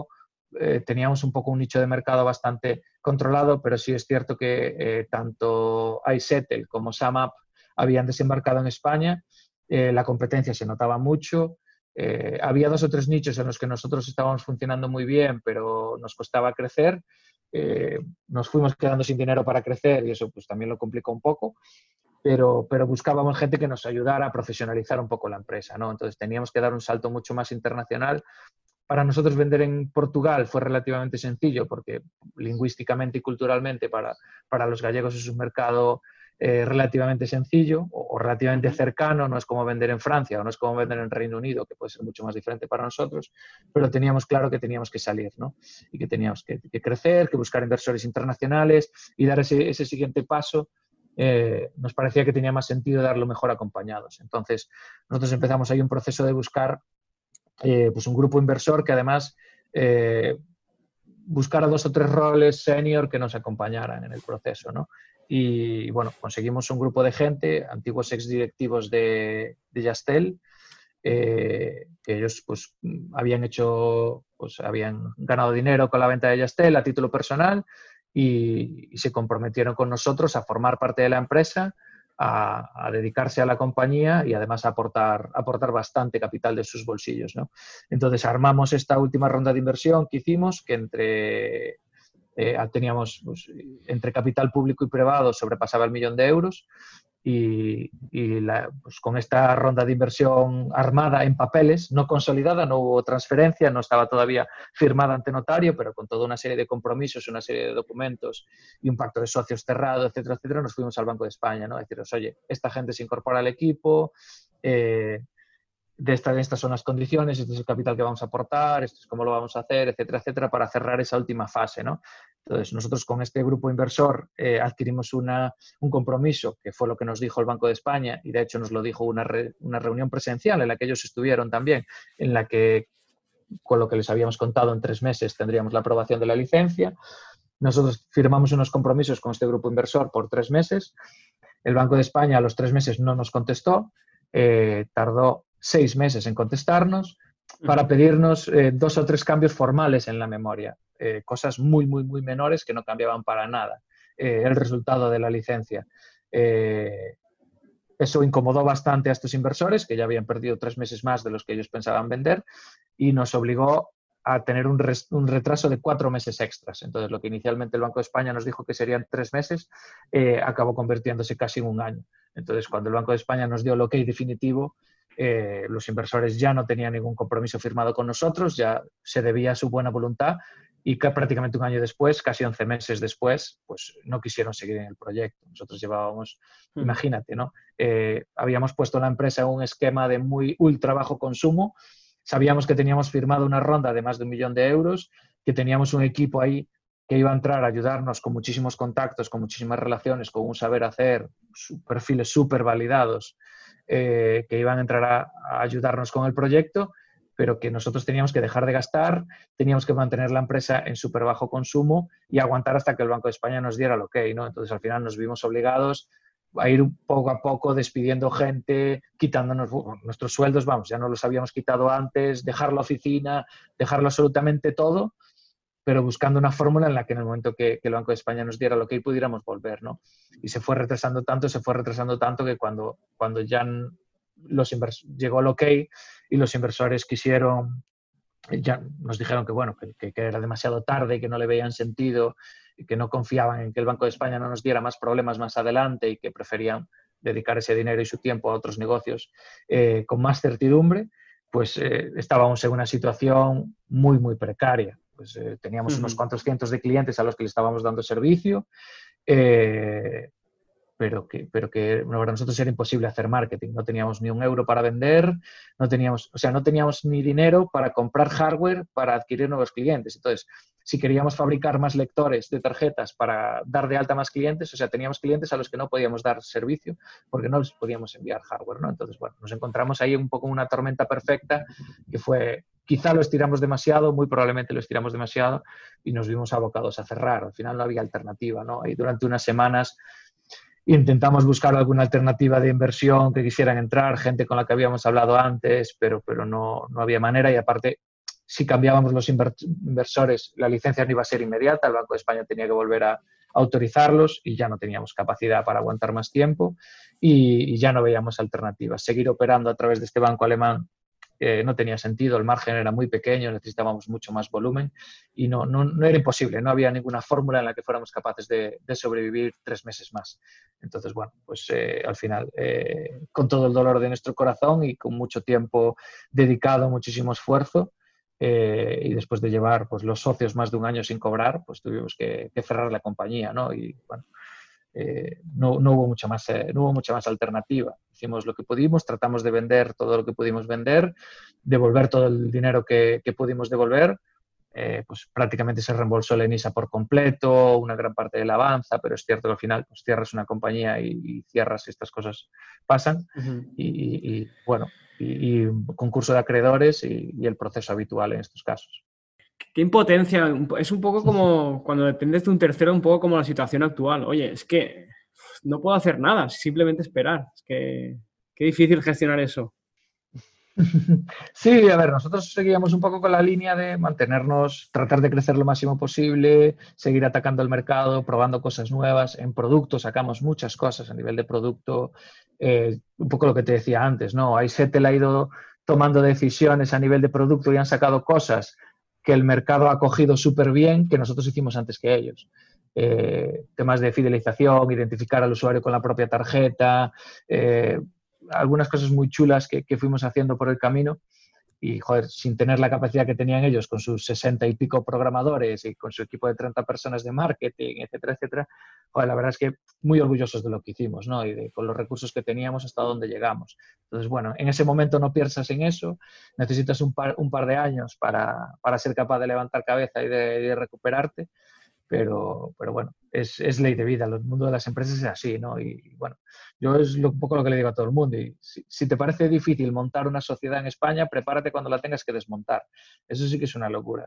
teníamos un poco un nicho de mercado bastante controlado, pero sí es cierto que tanto iSettle como SumUp habían desembarcado en España, la competencia se notaba mucho, había 2 o 3 nichos en los que nosotros estábamos funcionando muy bien, pero nos costaba crecer, nos fuimos quedando sin dinero para crecer y eso pues también lo complicó un poco, pero buscábamos gente que nos ayudara a profesionalizar un poco la empresa, ¿no? Entonces teníamos que dar un salto mucho más internacional. Para nosotros vender en Portugal fue relativamente sencillo porque lingüísticamente y culturalmente para los gallegos es un mercado relativamente sencillo o relativamente cercano, no es como vender en Francia o no es como vender en Reino Unido, que puede ser mucho más diferente para nosotros, pero teníamos claro que teníamos que salir, ¿no? Y que teníamos que crecer, que buscar inversores internacionales y dar ese siguiente paso. Nos parecía que tenía más sentido darlo mejor acompañados. Entonces, nosotros empezamos ahí un proceso de buscar pues un grupo inversor que además buscara 2 o 3 roles senior que nos acompañaran en el proceso, ¿no? Y bueno, conseguimos un grupo de gente, antiguos exdirectivos de Yastel, que ellos pues habían ganado dinero con la venta de Yastel a título personal y se comprometieron con nosotros a formar parte de la empresa, a dedicarse a la compañía y además a aportar bastante capital de sus bolsillos, ¿no? Entonces armamos esta última ronda de inversión que hicimos, que teníamos pues, entre capital público y privado sobrepasaba el 1.000.000 de euros y pues con esta ronda de inversión armada en papeles, no consolidada, no hubo transferencia, no estaba todavía firmada ante notario, pero con toda una serie de compromisos, una serie de documentos y un pacto de socios cerrado, etcétera, etcétera, nos fuimos al Banco de España, ¿no? A deciros, oye, esta gente se incorpora al equipo, estas son las condiciones, este es el capital que vamos a aportar, esto es cómo lo vamos a hacer, etcétera, etcétera, para cerrar esa última fase, ¿no? Entonces, nosotros con este grupo inversor adquirimos un compromiso, que fue lo que nos dijo el Banco de España, y de hecho nos lo dijo una reunión presencial en la que ellos estuvieron también, en la que, con lo que les habíamos contado, en 3 meses tendríamos la aprobación de la licencia. Nosotros firmamos unos compromisos con este grupo inversor por 3 meses. El Banco de España a los 3 meses no nos contestó, tardó 6 meses en contestarnos para pedirnos 2 o 3 cambios formales en la memoria, cosas muy, muy, muy menores que no cambiaban para nada el resultado de la licencia. Eso incomodó bastante a estos inversores, que ya habían perdido 3 meses más de los que ellos pensaban vender, y nos obligó a tener un retraso de 4 meses extras. Entonces, lo que inicialmente el Banco de España nos dijo que serían 3 meses, acabó convirtiéndose casi en 1 año. Entonces, cuando el Banco de España nos dio el ok definitivo, los inversores ya no tenían ningún compromiso firmado con nosotros, ya se debía a su buena voluntad y que prácticamente 1 año después, casi 11 meses después, pues no quisieron seguir en el proyecto. Nosotros llevábamos, imagínate, ¿no? Habíamos puesto la empresa en un esquema de muy ultra bajo consumo, sabíamos que teníamos firmado una ronda de más de 1.000.000 de euros, que teníamos un equipo ahí que iba a entrar a ayudarnos con muchísimos contactos, con muchísimas relaciones, con un saber hacer, perfiles súper validados, que iban a entrar a ayudarnos con el proyecto, pero que nosotros teníamos que dejar de gastar, teníamos que mantener la empresa en súper bajo consumo y aguantar hasta que el Banco de España nos diera el ok, ¿no? Entonces, al final nos vimos obligados a ir poco a poco despidiendo gente, quitándonos nuestros sueldos, vamos, ya no los habíamos quitado antes, dejar la oficina, dejarlo absolutamente todo, pero buscando una fórmula en la que en el momento que el Banco de España nos diera lo que pudiéramos volver, ¿no? Y se fue retrasando tanto que cuando ya llegó el ok y los inversores ya nos dijeron que bueno, que era demasiado tarde y que no le veían sentido y que no confiaban en que el Banco de España no nos diera más problemas más adelante y que preferían dedicar ese dinero y su tiempo a otros negocios con más certidumbre, pues estábamos en una situación muy, muy precaria. Pues teníamos unos cuantos cientos de clientes a los que le estábamos dando servicio, pero que para nosotros era imposible hacer marketing. No teníamos ni 1 euro para vender, no teníamos ni dinero para comprar hardware para adquirir nuevos clientes. Entonces, si queríamos fabricar más lectores de tarjetas para dar de alta más clientes, teníamos clientes a los que no podíamos dar servicio porque no les podíamos enviar hardware, ¿no? Entonces, bueno, nos encontramos ahí un poco en una tormenta perfecta que fue, quizá lo estiramos demasiado, muy probablemente lo estiramos demasiado y nos vimos abocados a cerrar. Al final no había alternativa, ¿no? Y durante unas semanas intentamos buscar alguna alternativa de inversión que quisieran entrar, gente con la que habíamos hablado antes, pero no había manera y aparte si cambiábamos los inversores, la licencia no iba a ser inmediata, el Banco de España tenía que volver a autorizarlos y ya no teníamos capacidad para aguantar más tiempo y ya no veíamos alternativas. Seguir operando a través de este banco alemán no tenía sentido, el margen era muy pequeño, necesitábamos mucho más volumen y no era imposible, no había ninguna fórmula en la que fuéramos capaces de sobrevivir 3 meses más. Entonces, bueno, pues al final, con todo el dolor de nuestro corazón y con mucho tiempo dedicado, muchísimo esfuerzo, y después de llevar pues, los socios más de un año sin cobrar, pues tuvimos que cerrar la compañía, ¿no? Y bueno, no hubo mucha más alternativa. Hicimos lo que pudimos, tratamos de vender todo lo que pudimos vender, devolver todo el dinero que pudimos devolver. Pues prácticamente se reembolsó la ENISA por completo, una gran parte de la avanza, pero es cierto que al final pues, cierras una compañía y cierras y estas cosas pasan. Y bueno, y concurso de acreedores y el proceso habitual en estos casos. Qué impotencia. Es un poco como cuando dependes de un tercero, un poco como la situación actual. Oye, es que no puedo hacer nada, simplemente esperar. Es que qué difícil gestionar eso. Sí, a ver, nosotros seguíamos un poco con la línea de mantenernos, tratar de crecer lo máximo posible, seguir atacando el mercado, probando cosas nuevas. En producto sacamos muchas cosas a nivel de producto. Un poco lo que te decía antes, ¿no? iSettle ha ido tomando decisiones a nivel de producto y han sacado cosas que el mercado ha cogido súper bien, que nosotros hicimos antes que ellos. Temas de fidelización, identificar al usuario con la propia tarjeta, algunas cosas muy chulas que fuimos haciendo por el camino y, joder, sin tener la capacidad que tenían ellos con sus 60 y pico programadores y con su equipo de 30 personas de marketing, etcétera, etcétera, joder, la verdad es que muy orgullosos de lo que hicimos, ¿no? Y con los recursos que teníamos hasta donde llegamos. Entonces, bueno, en ese momento no piensas en eso, necesitas un par de años para ser capaz de levantar cabeza y de recuperarte, pero bueno, es ley de vida, el mundo de las empresas es así, ¿no? Y bueno, yo es un poco lo que le digo a todo el mundo, y si te parece difícil montar una sociedad en España, prepárate cuando la tengas que desmontar. Eso sí que es una locura.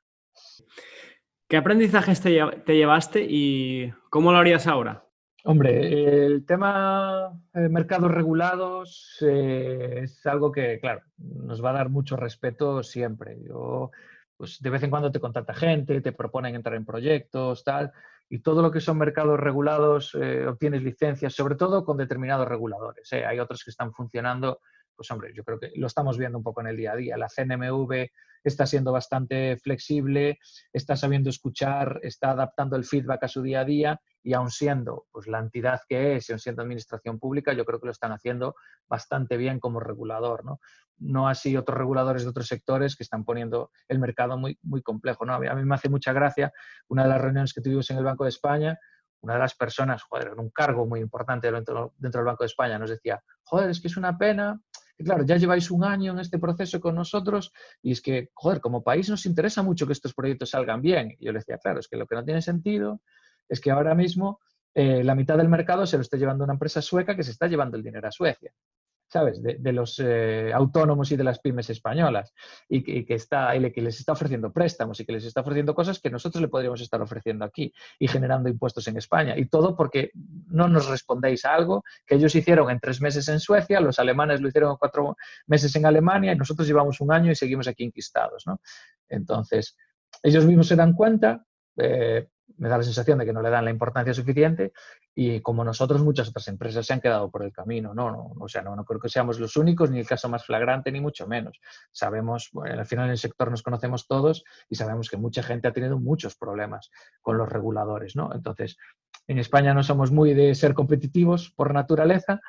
¿Qué aprendizajes te llevaste y cómo lo harías ahora? Hombre, el tema mercados regulados es algo que, claro, nos va a dar mucho respeto siempre. Yo, pues de vez en cuando te contacta gente, te proponen entrar en proyectos, tal, y todo lo que son mercados regulados obtienes licencias, sobre todo con determinados reguladores. Hay otros que están funcionando, pues hombre, yo creo que lo estamos viendo un poco en el día a día. La CNMV está siendo bastante flexible, está sabiendo escuchar, está adaptando el feedback a su día a día y aun siendo pues, la entidad que es y aun siendo administración pública, yo creo que lo están haciendo bastante bien como regulador, ¿no? No así otros reguladores de otros sectores que están poniendo el mercado muy, muy complejo, ¿no? A mí me hace mucha gracia una de las reuniones que tuvimos en el Banco de España, una de las personas, joder, en un cargo muy importante dentro del Banco de España, nos decía, joder, es que es una pena que, claro, ya lleváis un año en este proceso con nosotros y es que, joder, como país nos interesa mucho que estos proyectos salgan bien. Y yo le decía, claro, es que lo que no tiene sentido es que ahora mismo la mitad del mercado se lo está llevando una empresa sueca que se está llevando el dinero a Suecia, ¿sabes? De los autónomos y de las pymes españolas y que les está ofreciendo préstamos y que les está ofreciendo cosas que nosotros le podríamos estar ofreciendo aquí y generando impuestos en España. Y todo porque no nos respondéis a algo que ellos hicieron en 3 meses en Suecia, los alemanes lo hicieron en 4 meses en Alemania y nosotros llevamos un año y seguimos aquí enquistados, ¿no? Entonces, ellos mismos se dan cuenta, me da la sensación de que no le dan la importancia suficiente y como nosotros muchas otras empresas se han quedado por el camino. O sea, no creo que seamos los únicos ni el caso más flagrante ni mucho menos. Sabemos, bueno, al final en el sector nos conocemos todos y sabemos que mucha gente ha tenido muchos problemas con los reguladores, ¿no? Entonces, en España no somos muy de ser competitivos por naturaleza,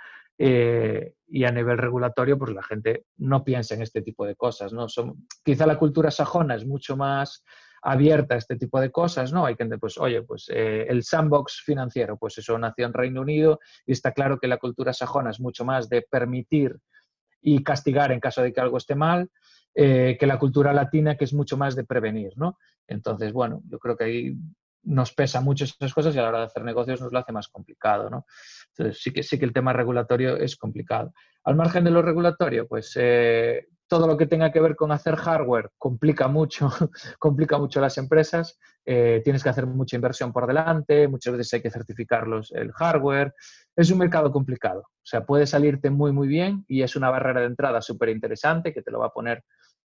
y a nivel regulatorio, pues la gente no piensa en este tipo de cosas, ¿no? Quizá la cultura sajona es mucho más abierta a este tipo de cosas, ¿no? Hay gente, pues, oye, pues el sandbox financiero, pues eso nació en Reino Unido y está claro que la cultura sajona es mucho más de permitir y castigar en caso de que algo esté mal, que la cultura latina, que es mucho más de prevenir, ¿no? Entonces, bueno, yo creo que ahí nos pesa mucho esas cosas y a la hora de hacer negocios nos lo hace más complicado, ¿no? Entonces, sí que el tema regulatorio es complicado. Al margen de lo regulatorio, pues todo lo que tenga que ver con hacer hardware complica mucho, complica mucho las empresas. Tienes que hacer mucha inversión por delante, muchas veces hay que certificar el hardware. Es un mercado complicado. O sea, puede salirte muy, muy bien y es una barrera de entrada súper interesante que te lo va a poner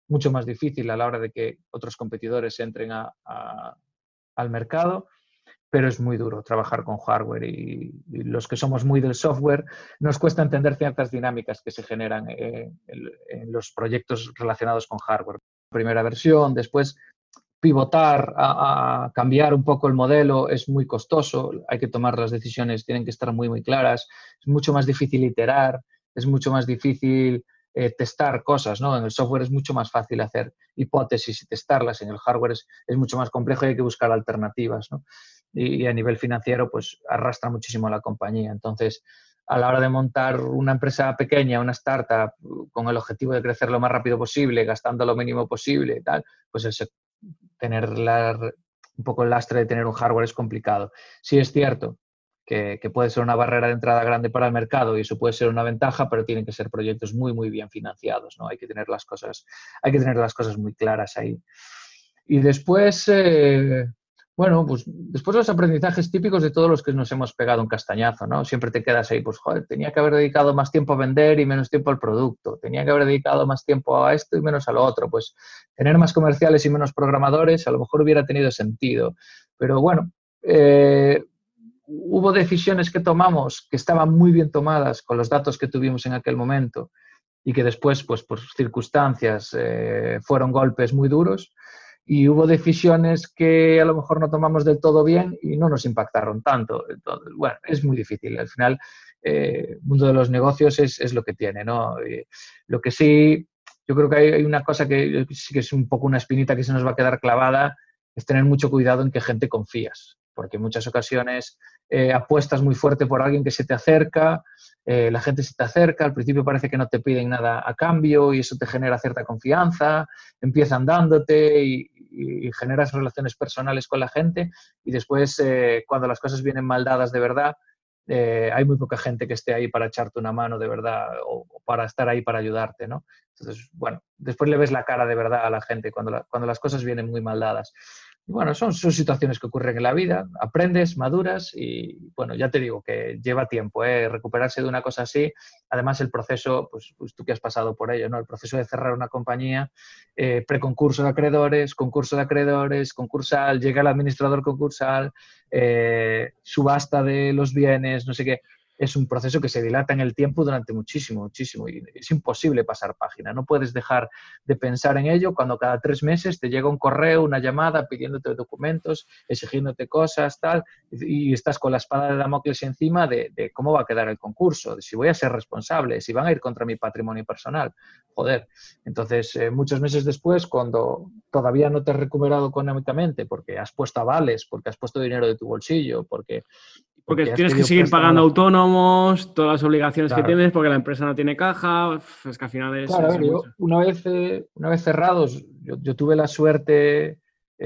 mucho más difícil a la hora de que otros competidores entren al mercado, pero es muy duro trabajar con hardware y los que somos muy del software nos cuesta entender ciertas dinámicas que se generan en los proyectos relacionados con hardware. Primera versión, después pivotar a cambiar un poco el modelo es muy costoso, hay que tomar las decisiones, tienen que estar muy, muy claras, es mucho más difícil iterar, es mucho más difícil testar cosas, ¿no? En el software es mucho más fácil hacer hipótesis y testarlas, en el hardware es mucho más complejo y hay que buscar alternativas, ¿no? Y a nivel financiero, pues arrastra muchísimo a la compañía. Entonces, a la hora de montar una empresa pequeña, una startup, con el objetivo de crecer lo más rápido posible, gastando lo mínimo posible y tal, pues tener un poco el lastre de tener un hardware es complicado. Sí es cierto que puede ser una barrera de entrada grande para el mercado y eso puede ser una ventaja, pero tienen que ser proyectos muy, muy bien financiados, ¿no? Hay que tener las cosas muy claras ahí. Y después, bueno, pues después los aprendizajes típicos de todos los que nos hemos pegado un castañazo, ¿no? Siempre te quedas ahí, pues, joder, tenía que haber dedicado más tiempo a vender y menos tiempo al producto. Tenía que haber dedicado más tiempo a esto y menos a lo otro. Pues tener más comerciales y menos programadores a lo mejor hubiera tenido sentido. Pero bueno, hubo decisiones que tomamos que estaban muy bien tomadas con los datos que tuvimos en aquel momento y que después, pues por circunstancias, fueron golpes muy duros. Y hubo decisiones que a lo mejor no tomamos del todo bien y no nos impactaron tanto. Entonces, bueno, es muy difícil. Al final, el mundo de los negocios es lo que tiene, ¿no? Lo que sí, yo creo que hay una cosa que sí que es un poco una espinita que se nos va a quedar clavada, es tener mucho cuidado en qué gente confías, porque en muchas ocasiones apuestas muy fuerte por alguien que se te acerca, la gente se te acerca, al principio parece que no te piden nada a cambio y eso te genera cierta confianza, empiezan dándote y generas relaciones personales con la gente y después cuando las cosas vienen mal dadas de verdad, hay muy poca gente que esté ahí para echarte una mano de verdad o para estar ahí para ayudarte, ¿no? Entonces, bueno, después le ves la cara de verdad a la gente cuando las cosas vienen muy mal dadas. Y bueno, son situaciones que ocurren en la vida, aprendes, maduras y bueno, ya te digo que lleva tiempo recuperarse de una cosa así. Además, el proceso, pues tú que has pasado por ello, ¿no? El proceso de cerrar una compañía, preconcurso de acreedores, concurso de acreedores, concursal, llega el administrador concursal, subasta de los bienes, no sé qué. Es un proceso que se dilata en el tiempo durante muchísimo, muchísimo y es imposible pasar página. No puedes dejar de pensar en ello cuando cada 3 meses te llega un correo, una llamada pidiéndote documentos, exigiéndote cosas, tal, y estás con la espada de Damocles encima de cómo va a quedar el concurso, de si voy a ser responsable, si van a ir contra mi patrimonio personal. Joder. Entonces, muchos meses después, cuando todavía no te has recuperado económicamente porque has puesto avales, porque has puesto dinero de tu bolsillo, porque Porque has tienes que pedido seguir préstamo a pagando la... autónomos, todas las obligaciones que Claro. tienes, porque la empresa no tiene caja. Es que al final Claro, a es ver, mucho. yo una vez cerrados, yo tuve la suerte,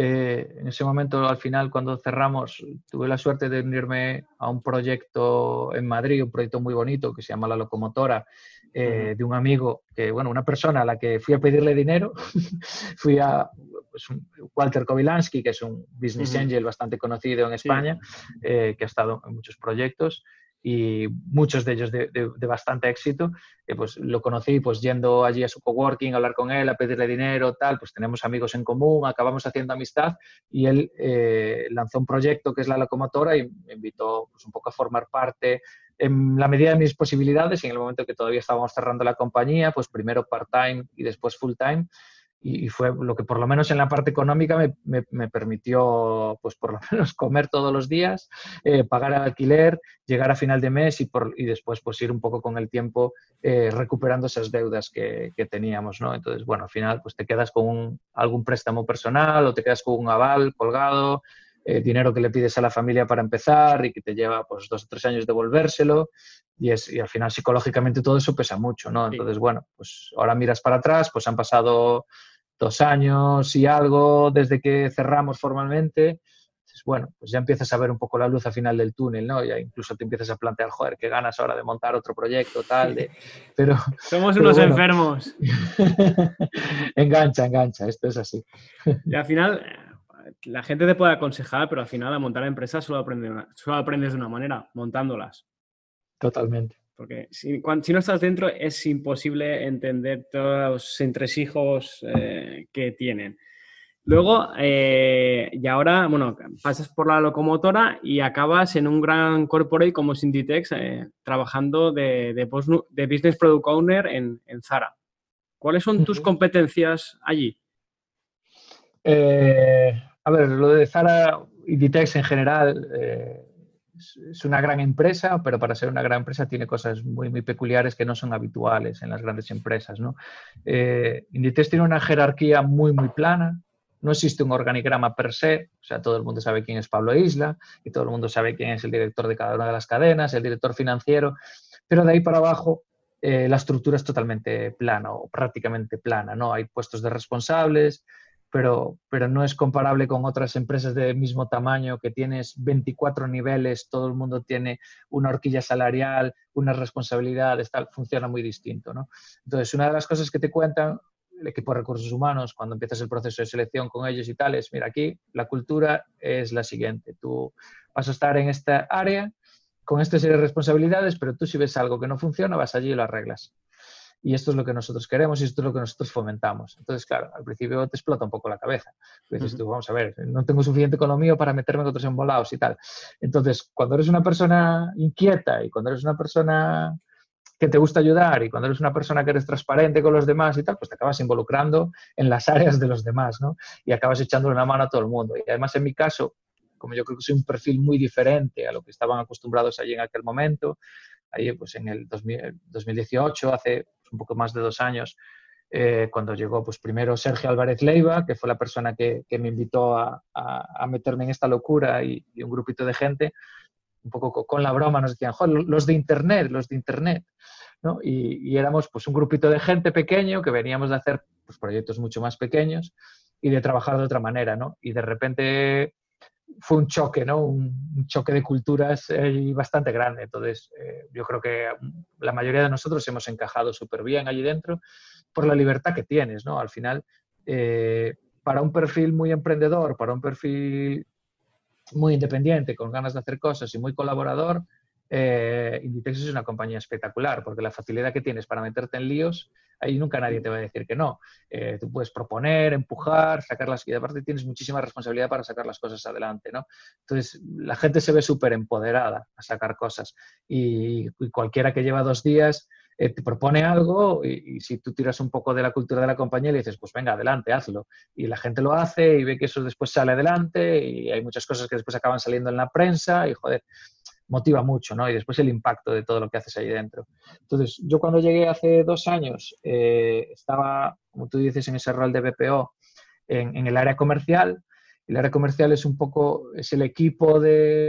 en ese momento al final cuando cerramos, tuve la suerte de unirme a un proyecto en Madrid, un proyecto muy bonito que se llama La Locomotora, de un amigo, que bueno, una persona a la que fui a pedirle dinero, fui a pues, Walter Kobylansky, que es un business angel bastante conocido en Sí. España, que ha estado en muchos proyectos y muchos de ellos de bastante éxito. Pues lo conocí pues yendo allí a su coworking, a hablar con él, a pedirle dinero, tal, pues tenemos amigos en común, acabamos haciendo amistad y él lanzó un proyecto que es La Locomotora y me invitó pues un poco a formar parte en la medida de mis posibilidades y en el momento que todavía estábamos cerrando la compañía, pues primero part-time y después full-time. Y fue lo que por lo menos en la parte económica me permitió pues por lo menos comer todos los días, pagar el alquiler, llegar a final de mes y después pues ir un poco con el tiempo recuperando esas deudas que teníamos, ¿no? Entonces, bueno, al final pues te quedas con algún préstamo personal o te quedas con un aval colgado, dinero que le pides a la familia para empezar y que te lleva pues 2 o 3 años devolvérselo y al final psicológicamente todo eso pesa mucho, ¿no? Sí. Entonces, bueno, pues ahora miras para atrás, pues han pasado 2 años y algo desde que cerramos formalmente. Entonces, bueno, pues ya empiezas a ver un poco la luz al final del túnel, ¿no? Ya incluso te empiezas a plantear, joder, qué ganas ahora de montar otro proyecto, tal, pero, Somos pero unos bueno, enfermos. engancha, esto es así. Y al final, la gente te puede aconsejar, pero al final a montar empresas solo aprendes de una manera, montándolas. Totalmente, porque si no estás dentro es imposible entender todos los entresijos que tienen. Luego, y ahora, bueno, pasas por la locomotora y acabas en un gran corporate como Inditex, trabajando de Business Product Owner en Zara. ¿Cuáles son tus competencias allí? A ver, lo de Zara y Inditex en general es una gran empresa, pero para ser una gran empresa tiene cosas muy, muy peculiares que no son habituales en las grandes empresas, ¿no? Inditex tiene una jerarquía muy, muy plana. No existe un organigrama per se, o sea, todo el mundo sabe quién es Pablo Isla y todo el mundo sabe quién es el director de cada una de las cadenas, el director financiero, pero de ahí para abajo la estructura es totalmente plana o prácticamente plana, ¿no? Hay puestos de responsables, pero no es comparable con otras empresas del mismo tamaño que tienes 24 niveles, todo el mundo tiene una horquilla salarial, unas responsabilidades, tal, funciona muy distinto, ¿no? Entonces, una de las cosas que te cuentan el equipo de recursos humanos cuando empiezas el proceso de selección con ellos y tal es, mira, aquí la cultura es la siguiente, tú vas a estar en esta área con esta serie de responsabilidades, pero tú si ves algo que no funciona, vas allí y lo arreglas. Y esto es lo que nosotros queremos y esto es lo que nosotros fomentamos. Entonces, claro, al principio te explota un poco la cabeza. Dices tú, vamos a ver, no tengo suficiente economía para meterme en otros embolados y tal. Entonces, cuando eres una persona inquieta y cuando eres una persona que te gusta ayudar y cuando eres una persona que eres transparente con los demás y tal, pues te acabas involucrando en las áreas de los demás, ¿no? Y acabas echándole una mano a todo el mundo. Y además, en mi caso, como yo creo que soy un perfil muy diferente a lo que estaban acostumbrados allí en aquel momento, ahí pues en el 2018, hace un poco más de 2 años, cuando llegó pues primero Sergio Álvarez Leiva, que fue la persona que me invitó a meterme en esta locura y un grupito de gente, un poco con la broma nos decían, joder, los de Internet, ¿no? Y éramos pues un grupito de gente pequeño que veníamos de hacer pues, proyectos mucho más pequeños y de trabajar de otra manera, ¿no? Y de repente fue un choque, ¿no? Un choque de culturas bastante grande. Entonces, yo creo que la mayoría de nosotros hemos encajado súper bien allí dentro por la libertad que tienes, ¿no? Al final, para un perfil muy emprendedor, para un perfil muy independiente, con ganas de hacer cosas y muy colaborador, Inditex es una compañía espectacular porque la facilidad que tienes para meterte en líos, ahí nunca nadie te va a decir que no. Tú puedes proponer, empujar, sacarlas y aparte tienes muchísima responsabilidad para sacar las cosas adelante, ¿no? Entonces, la gente se ve súper empoderada a sacar cosas y cualquiera que lleva 2 días te propone algo y si tú tiras un poco de la cultura de la compañía le dices, pues venga, adelante, hazlo. Y la gente lo hace y ve que eso después sale adelante y hay muchas cosas que después acaban saliendo en la prensa y, joder, motiva mucho, ¿no? Y después el impacto de todo lo que haces ahí dentro. Entonces, yo cuando llegué hace 2 años estaba, como tú dices, en ese rol de BPO en el área comercial. El área comercial es un poco, es el equipo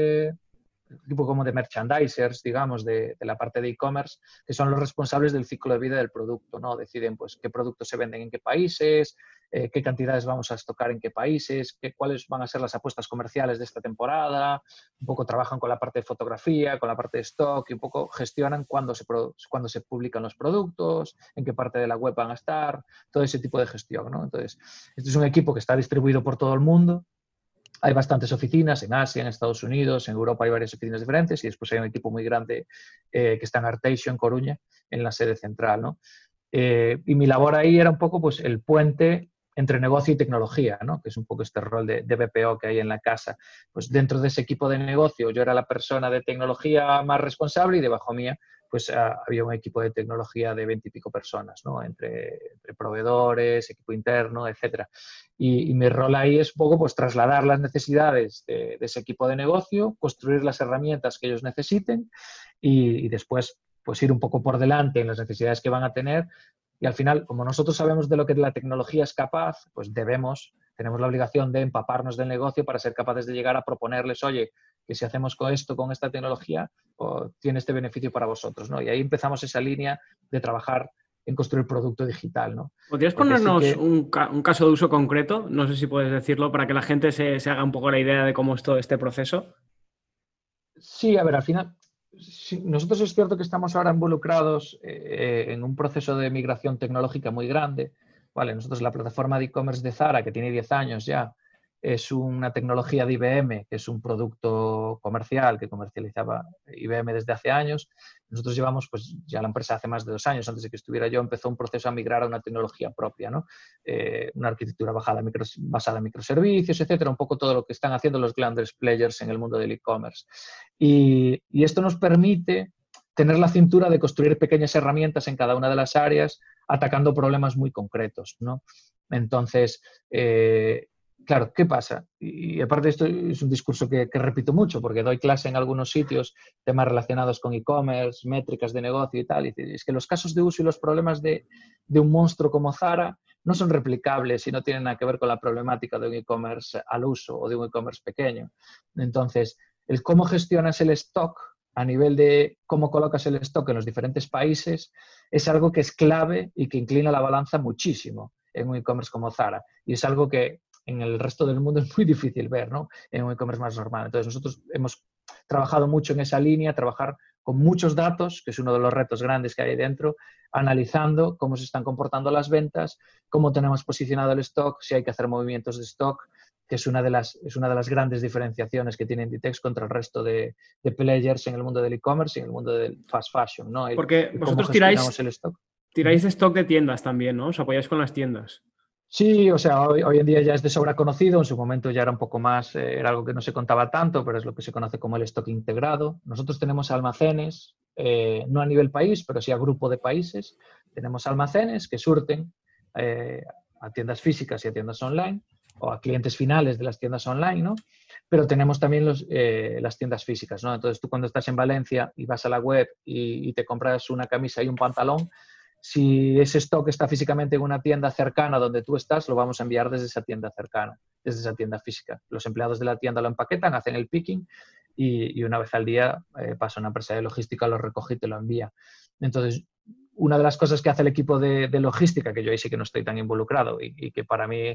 tipo como de merchandisers, digamos, de la parte de e-commerce, que son los responsables del ciclo de vida del producto, ¿no? Deciden, pues, qué productos se venden en qué países, qué cantidades vamos a estocar en qué países, cuáles van a ser las apuestas comerciales de esta temporada, un poco trabajan con la parte de fotografía, con la parte de stock y un poco gestionan cuándo se publican los productos, en qué parte de la web van a estar, todo ese tipo de gestión, ¿no? Entonces, este es un equipo que está distribuido por todo el mundo. Hay bastantes oficinas en Asia, en Estados Unidos, en Europa hay varias oficinas diferentes y después hay un equipo muy grande que está en Arteixo, en Coruña, en la sede central, ¿no? Y mi labor ahí era un poco pues, el puente entre negocio y tecnología, ¿no? Que es un poco este rol de BPO que hay en la casa. Pues dentro de ese equipo de negocio yo era la persona de tecnología más responsable y debajo mía pues había un equipo de tecnología de 20 y pico personas, ¿no? Entre proveedores, equipo interno, etcétera. Y mi rol ahí es un poco pues trasladar las necesidades de ese equipo de negocio, construir las herramientas que ellos necesiten y después pues ir un poco por delante en las necesidades que van a tener y al final, como nosotros sabemos de lo que la tecnología es capaz, pues tenemos la obligación de empaparnos del negocio para ser capaces de llegar a proponerles, oye, que si hacemos con esto, con esta tecnología, tiene este beneficio para vosotros, ¿no? Y ahí empezamos esa línea de trabajar en construir producto digital, ¿no? ¿Podrías Porque sí ponernos que, un caso de uso concreto? No sé si puedes decirlo para que la gente se haga un poco la idea de cómo es todo este proceso. sí, a ver, al final, sí, nosotros es cierto que estamos ahora involucrados en un proceso de migración tecnológica muy grande, ¿vale? Nosotros la plataforma de e-commerce de Zara, que tiene 10 años ya, es una tecnología de IBM, que es un producto comercial que comercializaba IBM desde hace años. Nosotros llevamos, pues ya la empresa hace más de 2 años, antes de que estuviera yo, empezó un proceso a migrar a una tecnología propia, ¿no? Una arquitectura basada en microservicios, etcétera, un poco todo lo que están haciendo los grandes players en el mundo del e-commerce. Y esto nos permite tener la cintura de construir pequeñas herramientas en cada una de las áreas, atacando problemas muy concretos, ¿no? Entonces, claro, ¿qué pasa? Y aparte de esto es un discurso que repito mucho porque doy clase en algunos sitios, temas relacionados con e-commerce, métricas de negocio y tal, y es que los casos de uso y los problemas de un monstruo como Zara no son replicables y no tienen nada que ver con la problemática de un e-commerce al uso o de un e-commerce pequeño. Entonces, el cómo gestionas el stock a nivel de cómo colocas el stock en los diferentes países es algo que es clave y que inclina la balanza muchísimo en un e-commerce como Zara. Y es algo que en el resto del mundo es muy difícil ver, ¿no? En un e-commerce más normal. Entonces, nosotros hemos trabajado mucho en esa línea, trabajar con muchos datos, que es uno de los retos grandes que hay dentro, analizando cómo se están comportando las ventas, cómo tenemos posicionado el stock, si hay que hacer movimientos de stock, que es una de las grandes diferenciaciones que tiene Inditex contra el resto de players en el mundo del e-commerce y en el mundo del fast fashion, ¿no? Porque Cómo vosotros gestionamos el stock. tiráis de stock de tiendas también, ¿no? Os apoyáis con las tiendas. Sí, o sea, hoy en día ya es de sobra conocido, en su momento ya era un poco más, era algo que no se contaba tanto, pero es lo que se conoce como el stock integrado. Nosotros tenemos almacenes, no a nivel país, pero sí a grupo de países. Tenemos almacenes que surten a tiendas físicas y a tiendas online, o a clientes finales de las tiendas online, ¿no? Pero tenemos también las tiendas físicas, ¿no? Entonces tú cuando estás en Valencia y vas a la web y te compras una camisa y un pantalón, si ese stock está físicamente en una tienda cercana donde tú estás, lo vamos a enviar desde esa tienda cercana, desde esa tienda física. Los empleados de la tienda lo empaquetan, hacen el picking y una vez al día pasa una empresa de logística, lo recoge y te lo envía. Entonces, una de las cosas que hace el equipo de logística, que yo ahí sí que no estoy tan involucrado y que para mí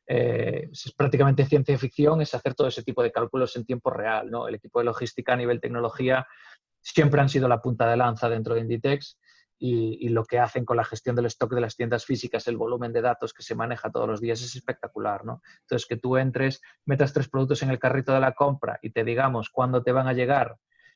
es prácticamente ciencia ficción, es hacer todo ese tipo de cálculos en tiempo real, ¿no? El equipo de logística a nivel tecnología siempre han sido la punta de lanza dentro de Inditex. Y lo que hacen con la gestión del stock de las tiendas físicas, el volumen de datos que se maneja todos los días es espectacular, ¿no? Entonces, que tú entres, metas 3 productos en el carrito de la compra y te digamos cuándo te van a llegar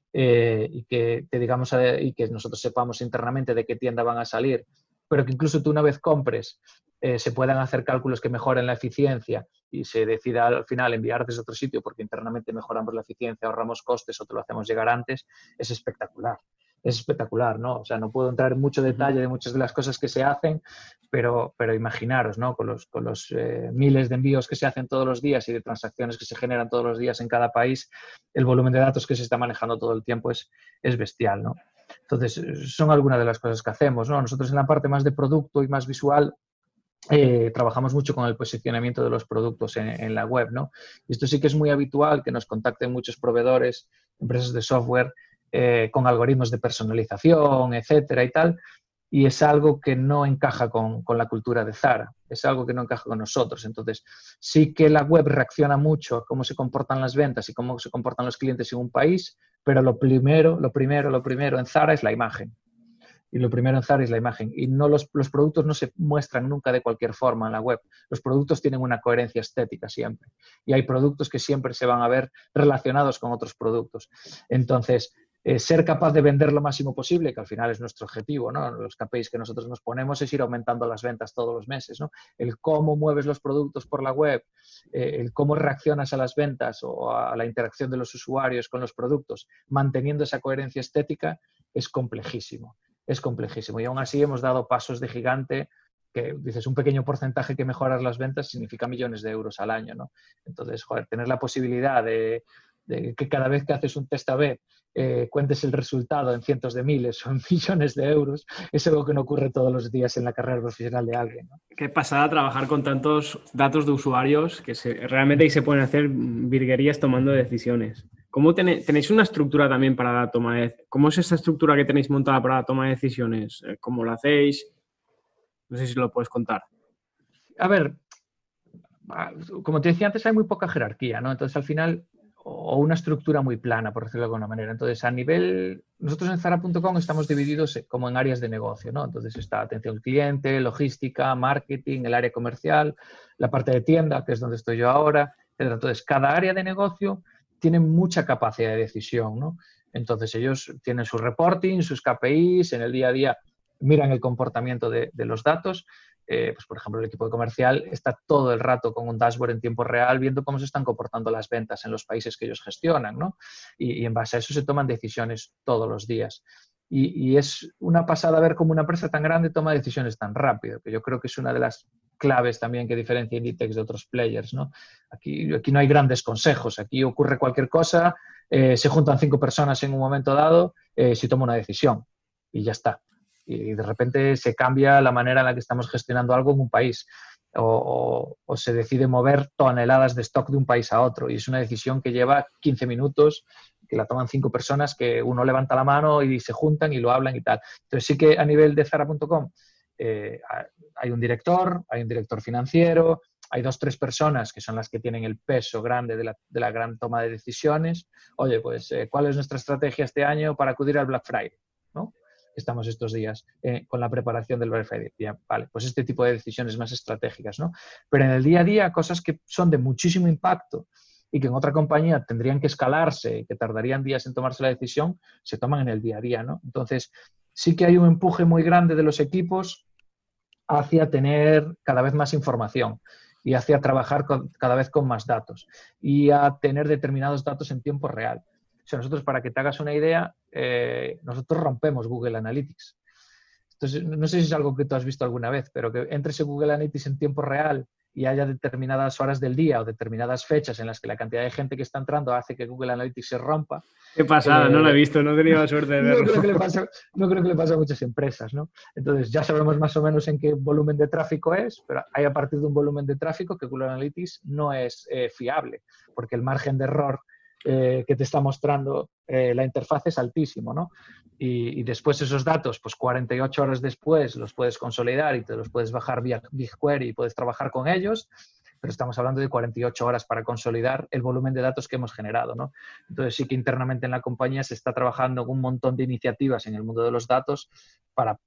y que te digamos y que nosotros sepamos internamente de qué tienda van a salir, pero que incluso tú una vez compres se puedan hacer cálculos que mejoren la eficiencia y se decida al final enviar desde otro sitio porque internamente mejoramos la eficiencia, ahorramos costes o te lo hacemos llegar antes, es espectacular. Es espectacular, ¿no? O sea, no puedo entrar en mucho detalle de muchas de las cosas que se hacen, pero imaginaros, ¿no? Con los miles de envíos que se hacen todos los días y de transacciones que se generan todos los días en cada país, el volumen de datos que se está manejando todo el tiempo es bestial, ¿no? Entonces, son algunas de las cosas que hacemos, ¿no? Nosotros en la parte más de producto y más visual trabajamos mucho con el posicionamiento de los productos en la web, ¿no? Y esto sí que es muy habitual, que nos contacten muchos proveedores, empresas de software, con algoritmos de personalización, etcétera y tal, y es algo que no encaja con la cultura de Zara, es algo que no encaja con nosotros. Entonces, sí que la web reacciona mucho a cómo se comportan las ventas y cómo se comportan los clientes en un país, pero lo primero en Zara es la imagen. Y lo primero en Zara es la imagen. Y no los productos no se muestran nunca de cualquier forma en la web. Los productos tienen una coherencia estética siempre. Y hay productos que siempre se van a ver relacionados con otros productos. Entonces, ser capaz de vender lo máximo posible, que al final es nuestro objetivo, ¿no? Los KPIs que nosotros nos ponemos es ir aumentando las ventas todos los meses, ¿no? El cómo mueves los productos por la web, el cómo reaccionas a las ventas o a la interacción de los usuarios con los productos, manteniendo esa coherencia estética, es complejísimo. Es complejísimo y aún así hemos dado pasos de gigante que dices un pequeño porcentaje que mejoras las ventas significa millones de euros al año, ¿no? Entonces, joder, tener la posibilidad de que cada vez que haces un test A/B cuentes el resultado en cientos de miles o en millones de euros es algo que no ocurre todos los días en la carrera profesional de alguien, ¿no? Qué pasada trabajar con tantos datos de usuarios que realmente ahí se pueden hacer virguerías tomando decisiones. ¿Cómo tenéis una estructura también para la toma de... ¿Cómo es esa estructura que tenéis montada para la toma de decisiones? ¿Cómo lo hacéis? No sé si lo puedes contar. A ver, como te decía antes, hay muy poca jerarquía, ¿no? Entonces, al final, o una estructura muy plana, por decirlo de alguna manera. Entonces, nosotros en Zara.com estamos divididos como en áreas de negocio, ¿no? Entonces está atención al cliente, logística, marketing, el área comercial, la parte de tienda, que es donde estoy yo ahora, etcétera. Entonces, cada área de negocio tiene mucha capacidad de decisión, ¿no? Entonces, ellos tienen su reporting, sus KPIs, en el día a día miran el comportamiento de los datos. Pues, por ejemplo, el equipo de comercial está todo el rato con un dashboard en tiempo real viendo cómo se están comportando las ventas en los países que ellos gestionan, ¿no? Y en base a eso se toman decisiones todos los días. Y es una pasada ver cómo una empresa tan grande toma decisiones tan rápido, que yo creo que es una de las claves también que diferencia Inditex de otros players, ¿no? Aquí no hay grandes consejos, aquí ocurre cualquier cosa, se juntan 5 personas en un momento dado, se toma una decisión y ya está. Y de repente se cambia la manera en la que estamos gestionando algo en un país o se decide mover toneladas de stock de un país a otro y es una decisión que lleva 15 minutos, que la toman 5 personas, que uno levanta la mano y se juntan y lo hablan y tal. Entonces sí que a nivel de Zara.com hay un director financiero, hay 2 o 3 personas que son las que tienen el peso grande de la gran toma de decisiones. Oye, pues, ¿cuál es nuestra estrategia este año para acudir al Black Friday? ¿No? Estamos estos días con la preparación del Black Friday. Bien, vale, pues este tipo de decisiones más estratégicas, ¿no? Pero en el día a día, cosas que son de muchísimo impacto y que en otra compañía tendrían que escalarse y que tardarían días en tomarse la decisión, se toman en el día a día, ¿no? Entonces, sí que hay un empuje muy grande de los equipos hacia tener cada vez más información y hacia trabajar cada vez con más datos y a tener determinados datos en tiempo real. O sea, nosotros, para que te hagas una idea, nosotros rompemos Google Analytics. Entonces, no sé si es algo que tú has visto alguna vez, pero que entres en Google Analytics en tiempo real y haya determinadas horas del día o determinadas fechas en las que la cantidad de gente que está entrando hace que Google Analytics se rompa. Qué pasada, no lo he visto, no he tenido la suerte de No verlo. creo que le pase a muchas empresas, ¿no? Entonces, ya sabemos más o menos en qué volumen de tráfico es, pero hay a partir de un volumen de tráfico que Google Analytics no es fiable, porque el margen de error que te está mostrando la interfaz es altísimo, ¿no? Y después esos datos, pues 48 horas después los puedes consolidar y te los puedes bajar vía BigQuery y puedes trabajar con ellos, pero estamos hablando de 48 horas para consolidar el volumen de datos que hemos generado, ¿no? Entonces sí que internamente en la compañía se está trabajando un montón de iniciativas en el mundo de los datos para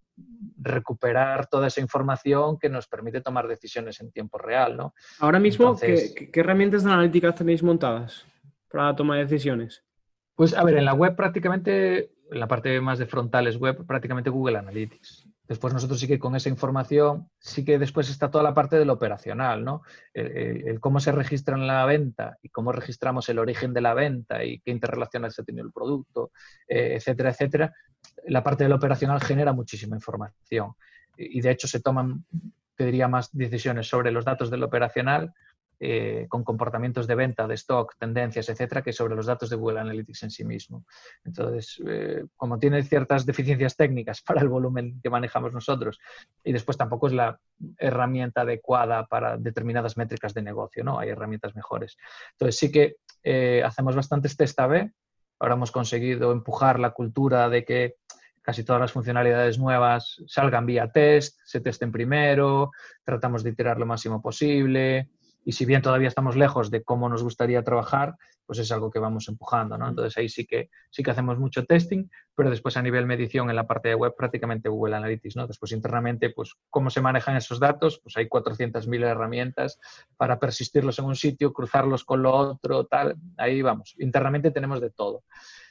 recuperar toda esa información que nos permite tomar decisiones en tiempo real, ¿no? Ahora mismo, Entonces, ¿qué herramientas de analítica tenéis montadas para la toma de decisiones? pues a ver, en la web prácticamente, en la parte más de frontales web, prácticamente Google Analytics. Después nosotros sí que con esa información, sí que después está toda la parte del operacional, ¿no? El cómo se registra en la venta y cómo registramos el origen de la venta y qué interrelaciones ha tenido el producto, etcétera, etcétera. La parte del operacional genera muchísima información y de hecho se toman, te diría, más decisiones sobre los datos del operacional con comportamientos de venta, de stock, tendencias, etcétera, que sobre los datos de Google Analytics en sí mismo. Entonces, como tiene ciertas deficiencias técnicas para el volumen que manejamos nosotros y después tampoco es la herramienta adecuada para determinadas métricas de negocio, ¿no? Hay herramientas mejores. Entonces, sí que hacemos bastantes test A/B. Ahora hemos conseguido empujar la cultura de que casi todas las funcionalidades nuevas salgan vía test, se testen primero, tratamos de iterar lo máximo posible. Y si bien todavía estamos lejos de cómo nos gustaría trabajar, pues es algo que vamos empujando, ¿no? Entonces ahí sí que hacemos mucho testing, pero después a nivel medición en la parte de web prácticamente Google Analytics, ¿no? Después internamente, pues cómo se manejan esos datos, pues hay 400.000 herramientas para persistirlos en un sitio, cruzarlos con lo otro, tal, ahí vamos. Internamente tenemos de todo.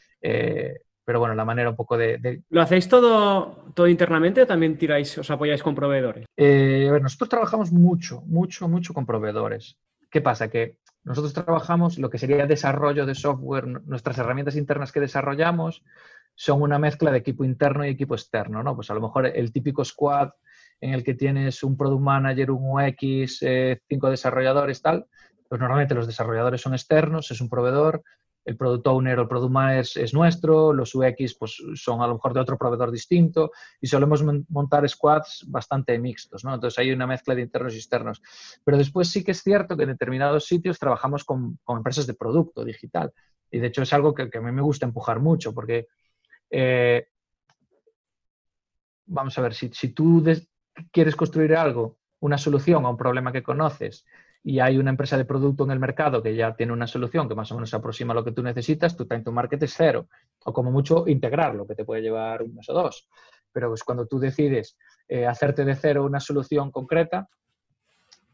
Pero bueno, la manera un poco de... ¿Lo hacéis todo internamente o también os apoyáis con proveedores? Bueno, nosotros trabajamos mucho con proveedores. ¿Qué pasa? Que nosotros trabajamos lo que sería desarrollo de software. Nuestras herramientas internas que desarrollamos son una mezcla de equipo interno y equipo externo, ¿no? Pues a lo mejor el típico squad en el que tienes un product manager, un UX, 5 desarrolladores, tal, pues normalmente los desarrolladores son externos, es un proveedor. El product owner o el product manager es nuestro, los UX pues, son a lo mejor de otro proveedor distinto y solemos montar squads bastante mixtos, ¿no? Entonces hay una mezcla de internos y externos. Pero después sí que es cierto que en determinados sitios trabajamos con empresas de producto digital y de hecho es algo que a mí me gusta empujar mucho porque vamos a ver, si tú quieres construir algo, una solución a un problema que conoces y hay una empresa de producto en el mercado que ya tiene una solución que más o menos se aproxima a lo que tú necesitas, tu time to market es 0. O como mucho integrarlo, que te puede llevar un mes o 2. Pero pues cuando tú decides hacerte de 0 una solución concreta,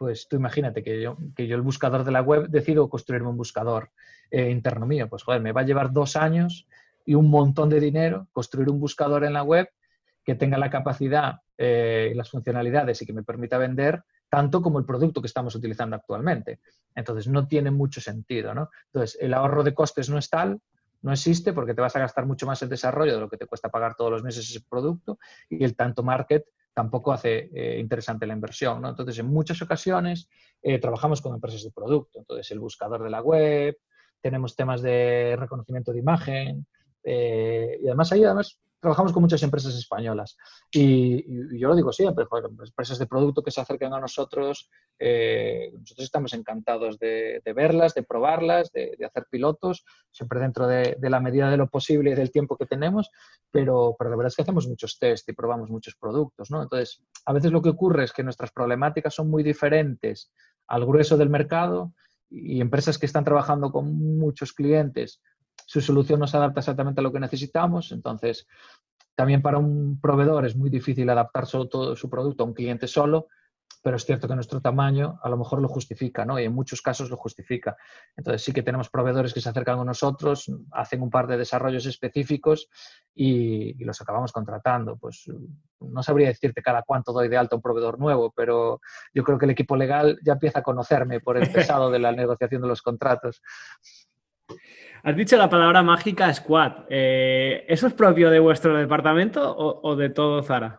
pues tú imagínate que yo el buscador de la web decido construirme un buscador interno mío. Pues joder, me va a llevar 2 años y un montón de dinero construir un buscador en la web que tenga la capacidad y las funcionalidades y que me permita vender tanto como el producto que estamos utilizando actualmente. Entonces, no tiene mucho sentido, ¿no? Entonces, el ahorro de costes no es tal, no existe porque te vas a gastar mucho más en desarrollo de lo que te cuesta pagar todos los meses ese producto y el tanto market tampoco hace interesante la inversión, ¿no? Entonces, en muchas ocasiones trabajamos con empresas de producto. Entonces, el buscador de la web, tenemos temas de reconocimiento de imagen y además trabajamos con muchas empresas españolas. Y yo lo digo siempre, joder, empresas de producto que se acercan a nosotros, nosotros estamos encantados de verlas, de probarlas, de hacer pilotos, siempre dentro de la medida de lo posible y del tiempo que tenemos, pero la verdad es que hacemos muchos test y probamos muchos productos, ¿no? Entonces, a veces lo que ocurre es que nuestras problemáticas son muy diferentes al grueso del mercado y empresas que están trabajando con muchos clientes, su solución no se adapta exactamente a lo que necesitamos, entonces también para un proveedor es muy difícil adaptar solo todo su producto a un cliente solo, pero es cierto que nuestro tamaño a lo mejor lo justifica, ¿no? Y en muchos casos lo justifica. Entonces sí que tenemos proveedores que se acercan a nosotros, hacen un par de desarrollos específicos y los acabamos contratando. Pues no sabría decirte cada cuánto doy de alta a un proveedor nuevo, pero yo creo que el equipo legal ya empieza a conocerme por el pesado de la negociación de los contratos. Has dicho la palabra mágica squad. ¿Eso es propio de vuestro departamento o de todo Zara?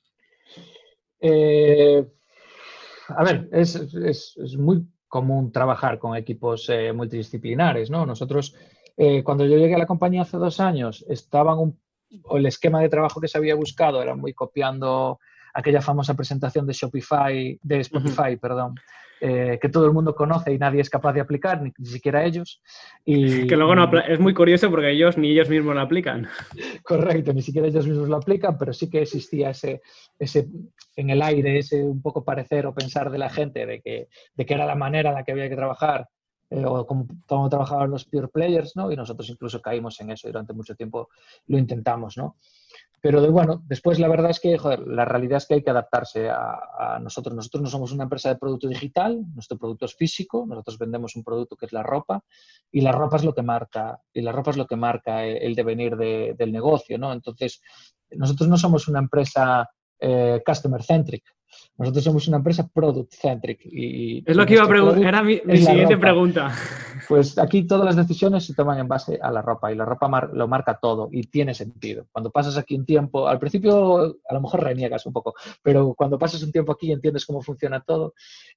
A ver, es muy común trabajar con equipos multidisciplinares, ¿no? Nosotros, cuando yo llegué a la compañía hace 2 años, el esquema de trabajo que se había buscado era muy copiando aquella famosa presentación de Spotify, perdón, que todo el mundo conoce y nadie es capaz de aplicar, ni siquiera ellos. Que luego es muy curioso porque ni ellos mismos lo aplican. Correcto, ni siquiera ellos mismos lo aplican, pero sí que existía ese en el aire, ese un poco parecer o pensar de la gente de que era la manera en la que había que trabajar o como trabajaban los pure players, ¿no? Y nosotros incluso caímos en eso y durante mucho tiempo lo intentamos, ¿no? Pero bueno, después la verdad es que, joder, la realidad es que hay que adaptarse a nosotros. Nosotros no somos una empresa de producto digital, nuestro producto es físico, nosotros vendemos un producto que es la ropa y la ropa es lo que marca, el devenir del negocio, ¿no? Entonces, nosotros no somos una empresa customer centric, nosotros somos una empresa product centric. Es lo que iba a preguntar, era mi siguiente pregunta. Pues aquí todas las decisiones se toman en base a la ropa y la ropa lo marca todo y tiene sentido. Cuando pasas aquí un tiempo, al principio a lo mejor reniegas un poco, pero cuando pasas un tiempo aquí y entiendes cómo funciona todo,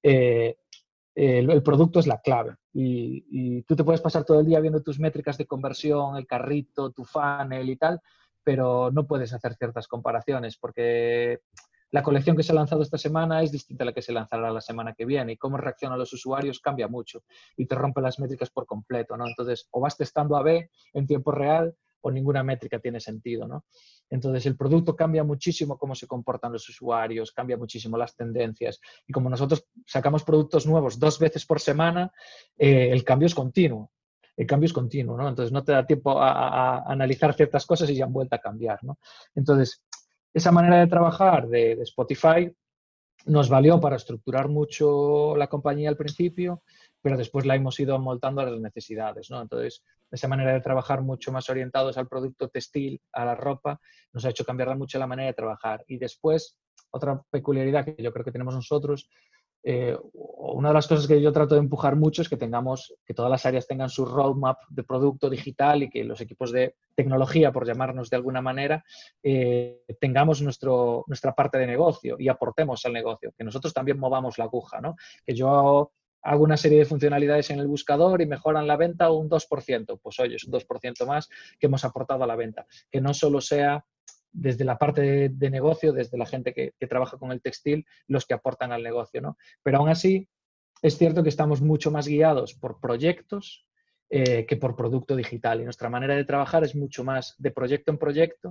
el producto es la clave y tú te puedes pasar todo el día viendo tus métricas de conversión, el carrito, tu funnel y tal, pero no puedes hacer ciertas comparaciones porque la colección que se ha lanzado esta semana es distinta a la que se lanzará la semana que viene y cómo reaccionan los usuarios cambia mucho y te rompe las métricas por completo, ¿no? Entonces, o vas testando A/B en tiempo real o ninguna métrica tiene sentido, ¿no? Entonces, el producto cambia muchísimo cómo se comportan los usuarios, cambia muchísimo las tendencias y como nosotros sacamos productos nuevos 2 veces por semana, el cambio es continuo. El cambio es continuo, ¿no? Entonces, no te da tiempo a analizar ciertas cosas y ya han vuelto a cambiar, ¿no? Entonces, esa manera de trabajar de Spotify nos valió para estructurar mucho la compañía al principio, pero después la hemos ido amoldando a las necesidades, ¿no? Entonces, esa manera de trabajar mucho más orientados al producto textil, a la ropa, nos ha hecho cambiar mucho la manera de trabajar. Y después, otra peculiaridad que yo creo que tenemos nosotros, una de las cosas que yo trato de empujar mucho es que todas las áreas tengan su roadmap de producto digital y que los equipos de tecnología, por llamarnos de alguna manera, tengamos nuestra parte de negocio y aportemos al negocio, que nosotros también movamos la aguja, ¿no? Que yo hago una serie de funcionalidades en el buscador y mejoran la venta un 2%. Pues oye, es un 2% más que hemos aportado a la venta. Que no solo sea desde la parte de negocio, desde la gente que trabaja con el textil, los que aportan al negocio, ¿no? Pero aún así, es cierto que estamos mucho más guiados por proyectos que por producto digital y nuestra manera de trabajar es mucho más de proyecto en proyecto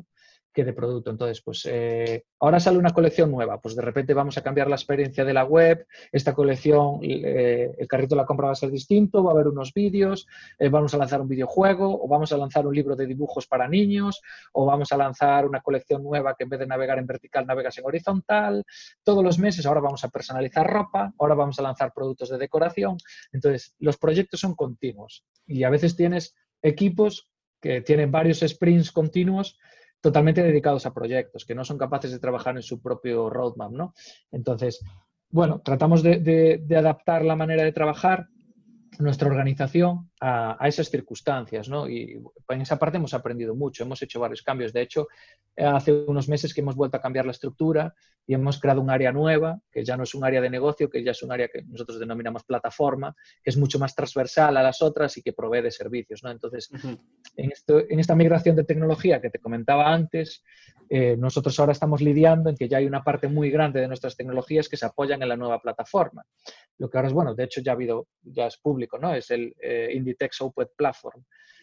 que de producto. Entonces, pues ahora sale una colección nueva, pues de repente vamos a cambiar la experiencia de la web, esta colección, el carrito de la compra va a ser distinto, va a haber unos vídeos, vamos a lanzar un videojuego, o vamos a lanzar un libro de dibujos para niños, o vamos a lanzar una colección nueva que en vez de navegar en vertical, navegas en horizontal. Todos los meses ahora vamos a personalizar ropa, ahora vamos a lanzar productos de decoración. Entonces, los proyectos son continuos y a veces tienes equipos que tienen varios sprints continuos totalmente dedicados a proyectos, que no son capaces de trabajar en su propio roadmap, ¿no? Entonces, bueno, tratamos de adaptar la manera de trabajar nuestra organización a esas circunstancias, ¿no? Y en esa parte hemos aprendido mucho, hemos hecho varios cambios. De hecho, hace unos meses que hemos vuelto a cambiar la estructura y hemos creado un área nueva, que ya no es un área de negocio, que ya es un área que nosotros denominamos plataforma, que es mucho más transversal a las otras y que provee de servicios, ¿no? Entonces, en esta migración de tecnología que te comentaba antes, nosotros ahora estamos lidiando en que ya hay una parte muy grande de nuestras tecnologías que se apoyan en la nueva plataforma. Lo que ahora es bueno, de hecho ya es público, ¿no? Es el Inditex Open Platform.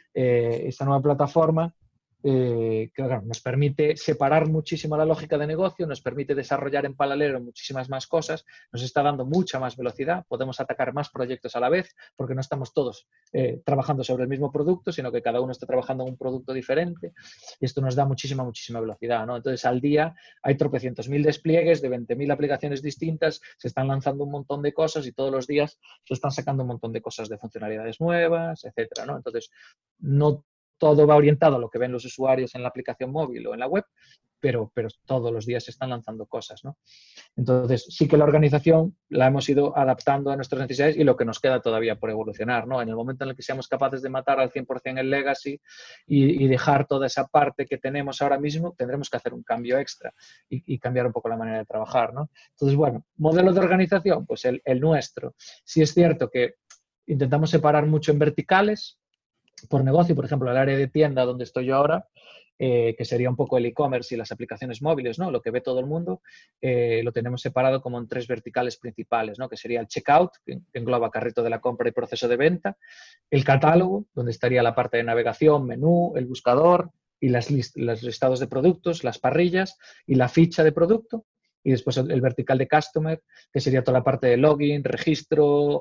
Esta nueva plataforma que claro, nos permite separar muchísimo la lógica de negocio, nos permite desarrollar en paralelo muchísimas más cosas, nos está dando mucha más velocidad, podemos atacar más proyectos a la vez porque no estamos todos trabajando sobre el mismo producto, sino que cada uno está trabajando en un producto diferente y esto nos da muchísima velocidad, ¿no? Entonces al día hay tropecientos mil despliegues de 20.000 aplicaciones distintas, se están lanzando un montón de cosas y todos los días se están sacando un montón de cosas de funcionalidades nuevas, etcétera, ¿no? Entonces no todo va orientado a lo que ven los usuarios en la aplicación móvil o en la web, pero todos los días se están lanzando cosas, ¿no? Entonces, sí que la organización la hemos ido adaptando a nuestras necesidades y lo que nos queda todavía por evolucionar, ¿no? En el momento en el que seamos capaces de matar al 100% el legacy y dejar toda esa parte que tenemos ahora mismo, tendremos que hacer un cambio extra y cambiar un poco la manera de trabajar, ¿no? Entonces, bueno, modelo de organización, pues el nuestro. Sí es cierto que intentamos separar mucho en verticales, por negocio, por ejemplo, el área de tienda donde estoy yo ahora, que sería un poco el e-commerce y las aplicaciones móviles, ¿no? Lo que ve todo el mundo, lo tenemos separado como en 3 verticales principales, ¿no? Que sería el checkout, que engloba carrito de la compra y proceso de venta, el catálogo, donde estaría la parte de navegación, menú, el buscador y los listados de productos, las parrillas y la ficha de producto. Y después el vertical de Customer, que sería toda la parte de login, registro,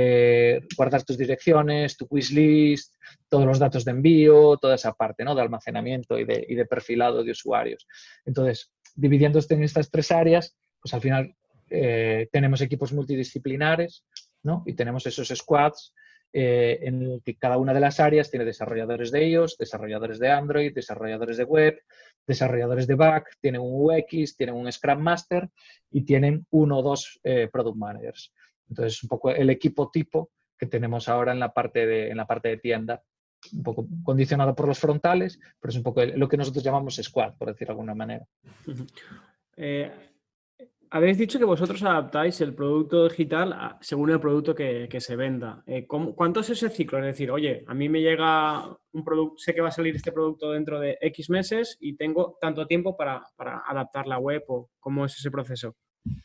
guardar tus direcciones, tu wishlist, todos los datos de envío, toda esa parte, ¿no? De almacenamiento y de perfilado de usuarios. Entonces, dividiendo esto en estas 3 áreas, pues al final tenemos equipos multidisciplinares, ¿no? Y tenemos esos squads en el que cada una de las áreas tiene desarrolladores de iOS, desarrolladores de Android, desarrolladores de web, desarrolladores de back, tienen un UX, tienen un Scrum Master y tienen 1 o 2 Product Managers. Entonces, un poco el equipo tipo que tenemos ahora en la parte de tienda, un poco condicionado por los frontales, pero es un poco lo que nosotros llamamos squad, por decir de alguna manera. Habéis dicho que vosotros adaptáis el producto digital según el producto que se venda. ¿Cuánto es ese ciclo? Es decir, oye, a mí me llega un producto, sé que va a salir este producto dentro de X meses y tengo tanto tiempo para adaptar la web, o ¿cómo es ese proceso?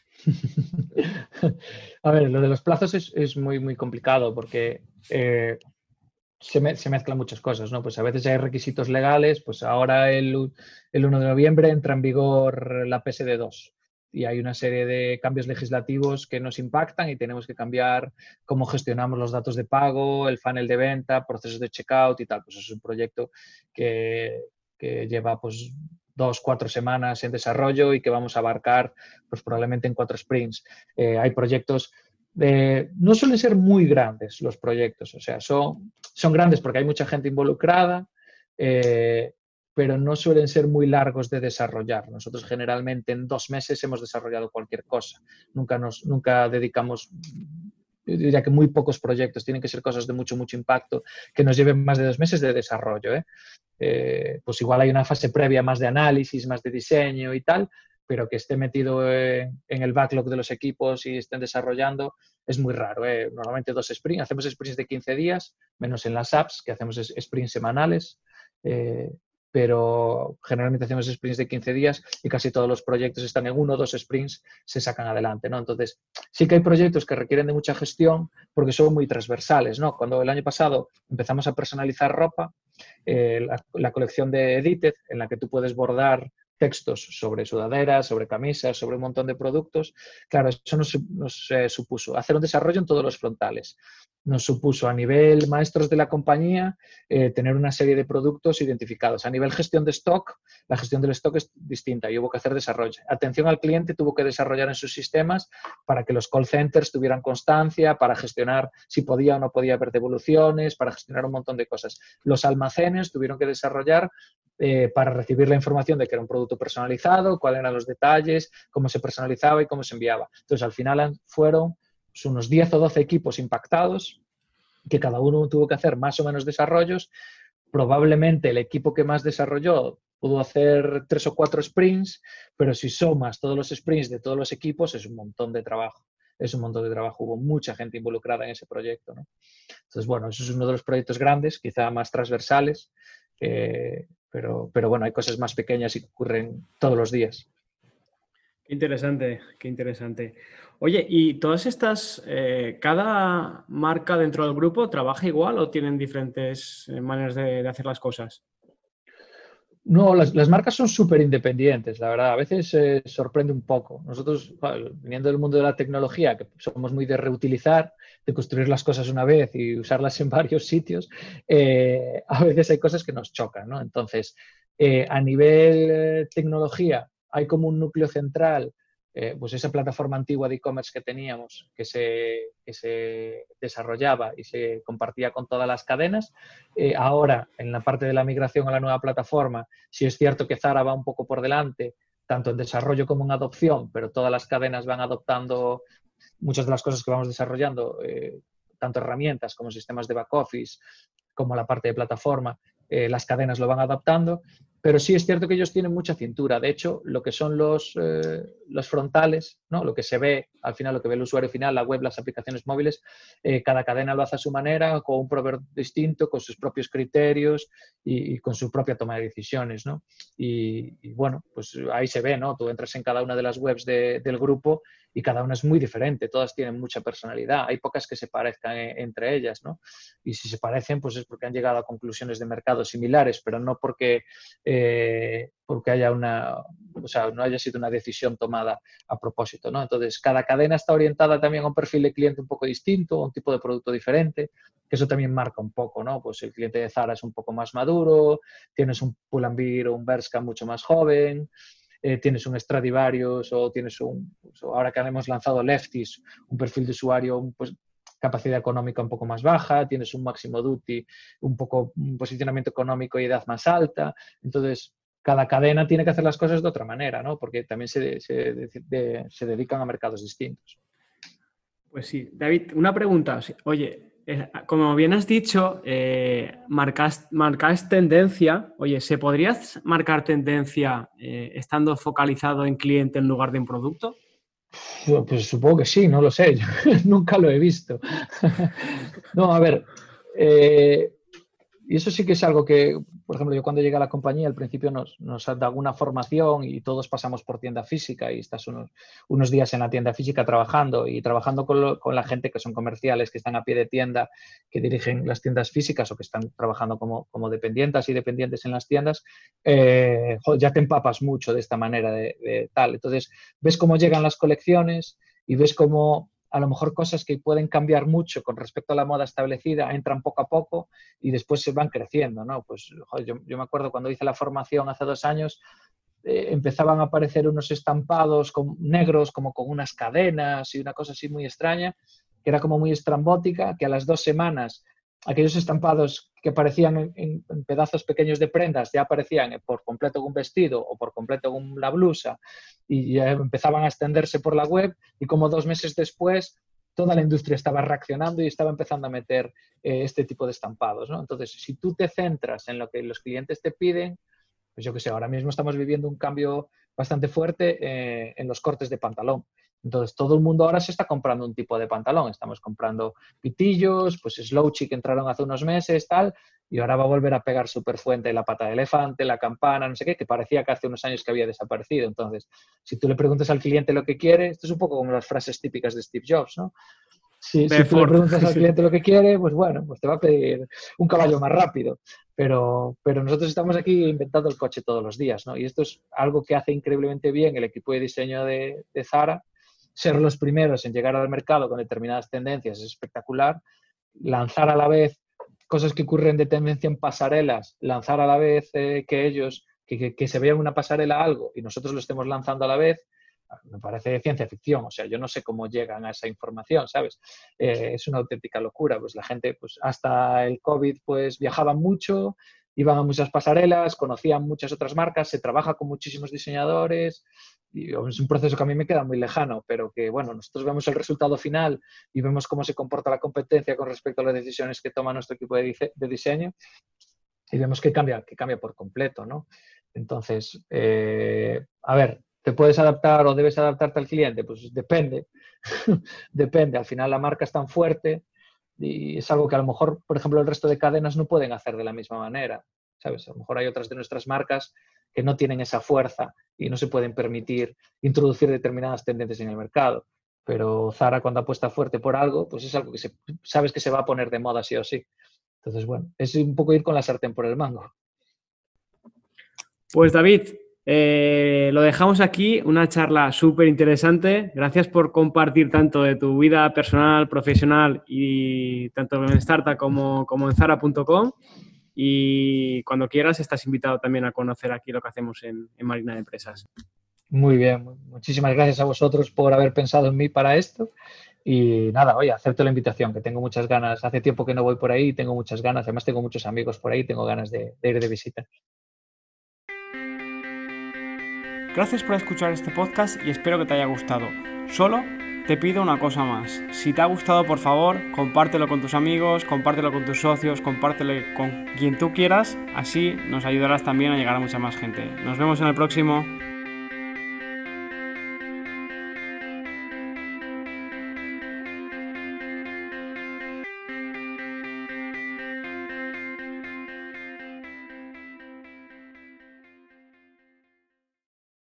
A ver, lo de los plazos es muy complicado porque se mezclan muchas cosas, ¿no? Pues a veces hay requisitos legales, pues ahora el 1 de noviembre entra en vigor la PSD2 y hay una serie de cambios legislativos que nos impactan y tenemos que cambiar cómo gestionamos los datos de pago, el funnel de venta, procesos de checkout y tal. Pues es un proyecto que lleva pues 2-4 semanas en desarrollo y que vamos a abarcar pues probablemente en 4 sprints. Hay proyectos no suelen ser muy grandes los proyectos, o sea, son grandes porque hay mucha gente involucrada, pero no suelen ser muy largos de desarrollar. Nosotros generalmente en 2 meses hemos desarrollado cualquier cosa. Nunca dedicamos, yo diría que muy pocos proyectos, tienen que ser cosas de mucho impacto que nos lleven más de 2 meses de desarrollo. Pues igual hay una fase previa más de análisis, más de diseño y tal, pero que esté metido en el backlog de los equipos y estén desarrollando es muy raro. Normalmente 2 sprints, hacemos sprints de 15 días, menos en las apps, que hacemos sprints semanales, pero generalmente hacemos sprints de 15 días y casi todos los proyectos están en 1 o 2 sprints, se sacan adelante, ¿no? Entonces, sí que hay proyectos que requieren de mucha gestión porque son muy transversales, ¿no? Cuando el año pasado empezamos a personalizar ropa, la colección de Edited, en la que tú puedes bordar textos sobre sudaderas, sobre camisas, sobre un montón de productos. Claro, eso nos supuso hacer un desarrollo en todos los frontales. Nos supuso a nivel maestros de la compañía tener una serie de productos identificados. A nivel gestión de stock, la gestión del stock es distinta y hubo que hacer desarrollo. Atención al cliente tuvo que desarrollar en sus sistemas para que los call centers tuvieran constancia, para gestionar si podía o no podía haber devoluciones, para gestionar un montón de cosas. Los almacenes tuvieron que desarrollar para recibir la información de que era un producto personalizado, cuáles eran los detalles, cómo se personalizaba y cómo se enviaba. Entonces, al final fueron pues, unos 10 o 12 equipos impactados, que cada uno tuvo que hacer más o menos desarrollos. Probablemente el equipo que más desarrolló pudo hacer 3 o 4 sprints, pero si sumas todos los sprints de todos los equipos, es un montón de trabajo. Es un montón de trabajo. Hubo mucha gente involucrada en ese proyecto, ¿no? Entonces, bueno, eso es uno de los proyectos grandes, quizá más transversales, pero bueno, hay cosas más pequeñas y que ocurren todos los días. Qué interesante, qué interesante. Oye, ¿y todas estas, cada marca dentro del grupo trabaja igual o tienen diferentes maneras de hacer las cosas? No, las marcas son súper independientes, la verdad. A veces sorprende un poco. Nosotros, viniendo del mundo de la tecnología, que somos muy de reutilizar, de construir las cosas una vez y usarlas en varios sitios, a veces hay cosas que nos chocan, ¿no? Entonces, a nivel tecnología, hay como un núcleo central, pues esa plataforma antigua de e-commerce que teníamos, que se desarrollaba y se compartía con todas las cadenas. Ahora, en la parte de la migración a la nueva plataforma, sí es cierto que Zara va un poco por delante, tanto en desarrollo como en adopción, pero todas las cadenas van adoptando muchas de las cosas que vamos desarrollando, tanto herramientas como sistemas de back office, como la parte de plataforma, las cadenas lo van adaptando, pero sí es cierto que ellos tienen mucha cintura. De hecho, lo que son los frontales, ¿no? Lo que se ve, al final, lo que ve el usuario final, la web, las aplicaciones móviles, cada cadena lo hace a su manera, con un proveedor distinto, con sus propios criterios y con su propia toma de decisiones, ¿no? Y bueno, pues ahí se ve, ¿no? Tú entras en cada una de las webs del grupo y cada una es muy diferente, todas tienen mucha personalidad, hay pocas que se parezcan entre ellas, ¿no? Y si se parecen, pues es porque han llegado a conclusiones de mercado similares, pero no porque haya o sea, no haya sido una decisión tomada a propósito, ¿no? Entonces, cada cadena está orientada también a un perfil de cliente un poco distinto, a un tipo de producto diferente, que eso también marca un poco, ¿no? Pues el cliente de Zara es un poco más maduro, tienes un Pull&Bear o un Bershka mucho más joven, tienes un Stradivarius o tienes ahora que hemos lanzado Lefties, un perfil de usuario, pues, capacidad económica un poco más baja, tienes un Máximo Duty, un posicionamiento económico y edad más alta. Entonces, cada cadena tiene que hacer las cosas de otra manera, ¿no? Porque también se dedican a mercados distintos. Pues sí, David, una pregunta. Oye, como bien has dicho, marcas tendencia. Oye, ¿se podría marcar tendencia estando focalizado en cliente en lugar de en producto? Pues supongo que sí, no lo sé, yo nunca lo he visto. No, a ver, y eso sí que es algo que, por ejemplo, yo cuando llegué a la compañía al principio nos da alguna formación y todos pasamos por tienda física y estás unos días en la tienda física trabajando y trabajando con la gente que son comerciales, que están a pie de tienda, que dirigen las tiendas físicas o que están trabajando como dependientes y dependientes en las tiendas, ya te empapas mucho de esta manera de tal. Entonces, ves cómo llegan las colecciones y ves cómo a lo mejor cosas que pueden cambiar mucho con respecto a la moda establecida entran poco a poco y después se van creciendo, ¿no? Pues joder, yo me acuerdo cuando hice la formación hace 2 años, empezaban a aparecer unos estampados negros como con unas cadenas y una cosa así muy extraña, que era como muy estrambótica, que a las 2 semanas aquellos estampados que aparecían en pedazos pequeños de prendas ya aparecían por completo en un vestido o por completo en la blusa y ya empezaban a extenderse por la web y como 2 meses después toda la industria estaba reaccionando y estaba empezando a meter este tipo de estampados, ¿no? Entonces, si tú te centras en lo que los clientes te piden, pues yo qué sé, ahora mismo estamos viviendo un cambio bastante fuerte en los cortes de pantalón. Entonces, todo el mundo ahora se está comprando un tipo de pantalón. Estamos comprando pitillos, pues slouchy que entraron hace unos meses, tal, y ahora va a volver a pegar súper fuerte la pata de elefante, la campana, no sé qué, que parecía que hace unos años que había desaparecido. Entonces, si tú le preguntas al cliente lo que quiere, esto es un poco como las frases típicas de Steve Jobs, ¿no? Si tú le preguntas al cliente lo que quiere, pues bueno, pues te va a pedir un caballo más rápido. Pero nosotros estamos aquí inventando el coche todos los días, ¿no? Y esto es algo que hace increíblemente bien el equipo de diseño de Zara. Ser los primeros en llegar al mercado con determinadas tendencias es espectacular. Lanzar a la vez cosas que ocurren de tendencia en pasarelas, lanzar a la vez que ellos, que se vean una pasarela algo y nosotros lo estemos lanzando a la vez, me parece de ciencia ficción. O sea, yo no sé cómo llegan a esa información, ¿sabes? Es una auténtica locura. Pues la gente, pues hasta el COVID, pues viajaban mucho, iban a muchas pasarelas, conocían muchas otras marcas, se trabaja con muchísimos diseñadores y es un proceso que a mí me queda muy lejano, pero que, bueno, nosotros vemos el resultado final y vemos cómo se comporta la competencia con respecto a las decisiones que toma nuestro equipo de diseño y vemos que cambia por completo, ¿no? Entonces, a ver, ¿te puedes adaptar o debes adaptarte al cliente? Pues depende, depende. Al final la marca es tan fuerte y es algo que a lo mejor, por ejemplo, el resto de cadenas no pueden hacer de la misma manera, ¿sabes? A lo mejor hay otras de nuestras marcas que no tienen esa fuerza y no se pueden permitir introducir determinadas tendencias en el mercado. Pero Zara, cuando apuesta fuerte por algo, pues es algo que sabes que se va a poner de moda sí o sí. Entonces, bueno, es un poco ir con la sartén por el mango. Pues David, lo dejamos aquí, una charla súper interesante. Gracias por compartir tanto de tu vida personal, profesional y tanto en Startup como en Zara.com. Y cuando quieras estás invitado también a conocer aquí lo que hacemos en Marina de Empresas. Muy bien, muchísimas gracias a vosotros por haber pensado en mí para esto. Y nada, oye, acepto la invitación, que tengo muchas ganas. Hace tiempo que no voy por ahí, tengo muchas ganas. Además, tengo muchos amigos por ahí, tengo ganas de ir de visita. Gracias por escuchar este podcast y espero que te haya gustado. Solo te pido una cosa más. Si te ha gustado, por favor, compártelo con tus amigos, compártelo con tus socios, compártelo con quien tú quieras. Así nos ayudarás también a llegar a mucha más gente. Nos vemos en el próximo.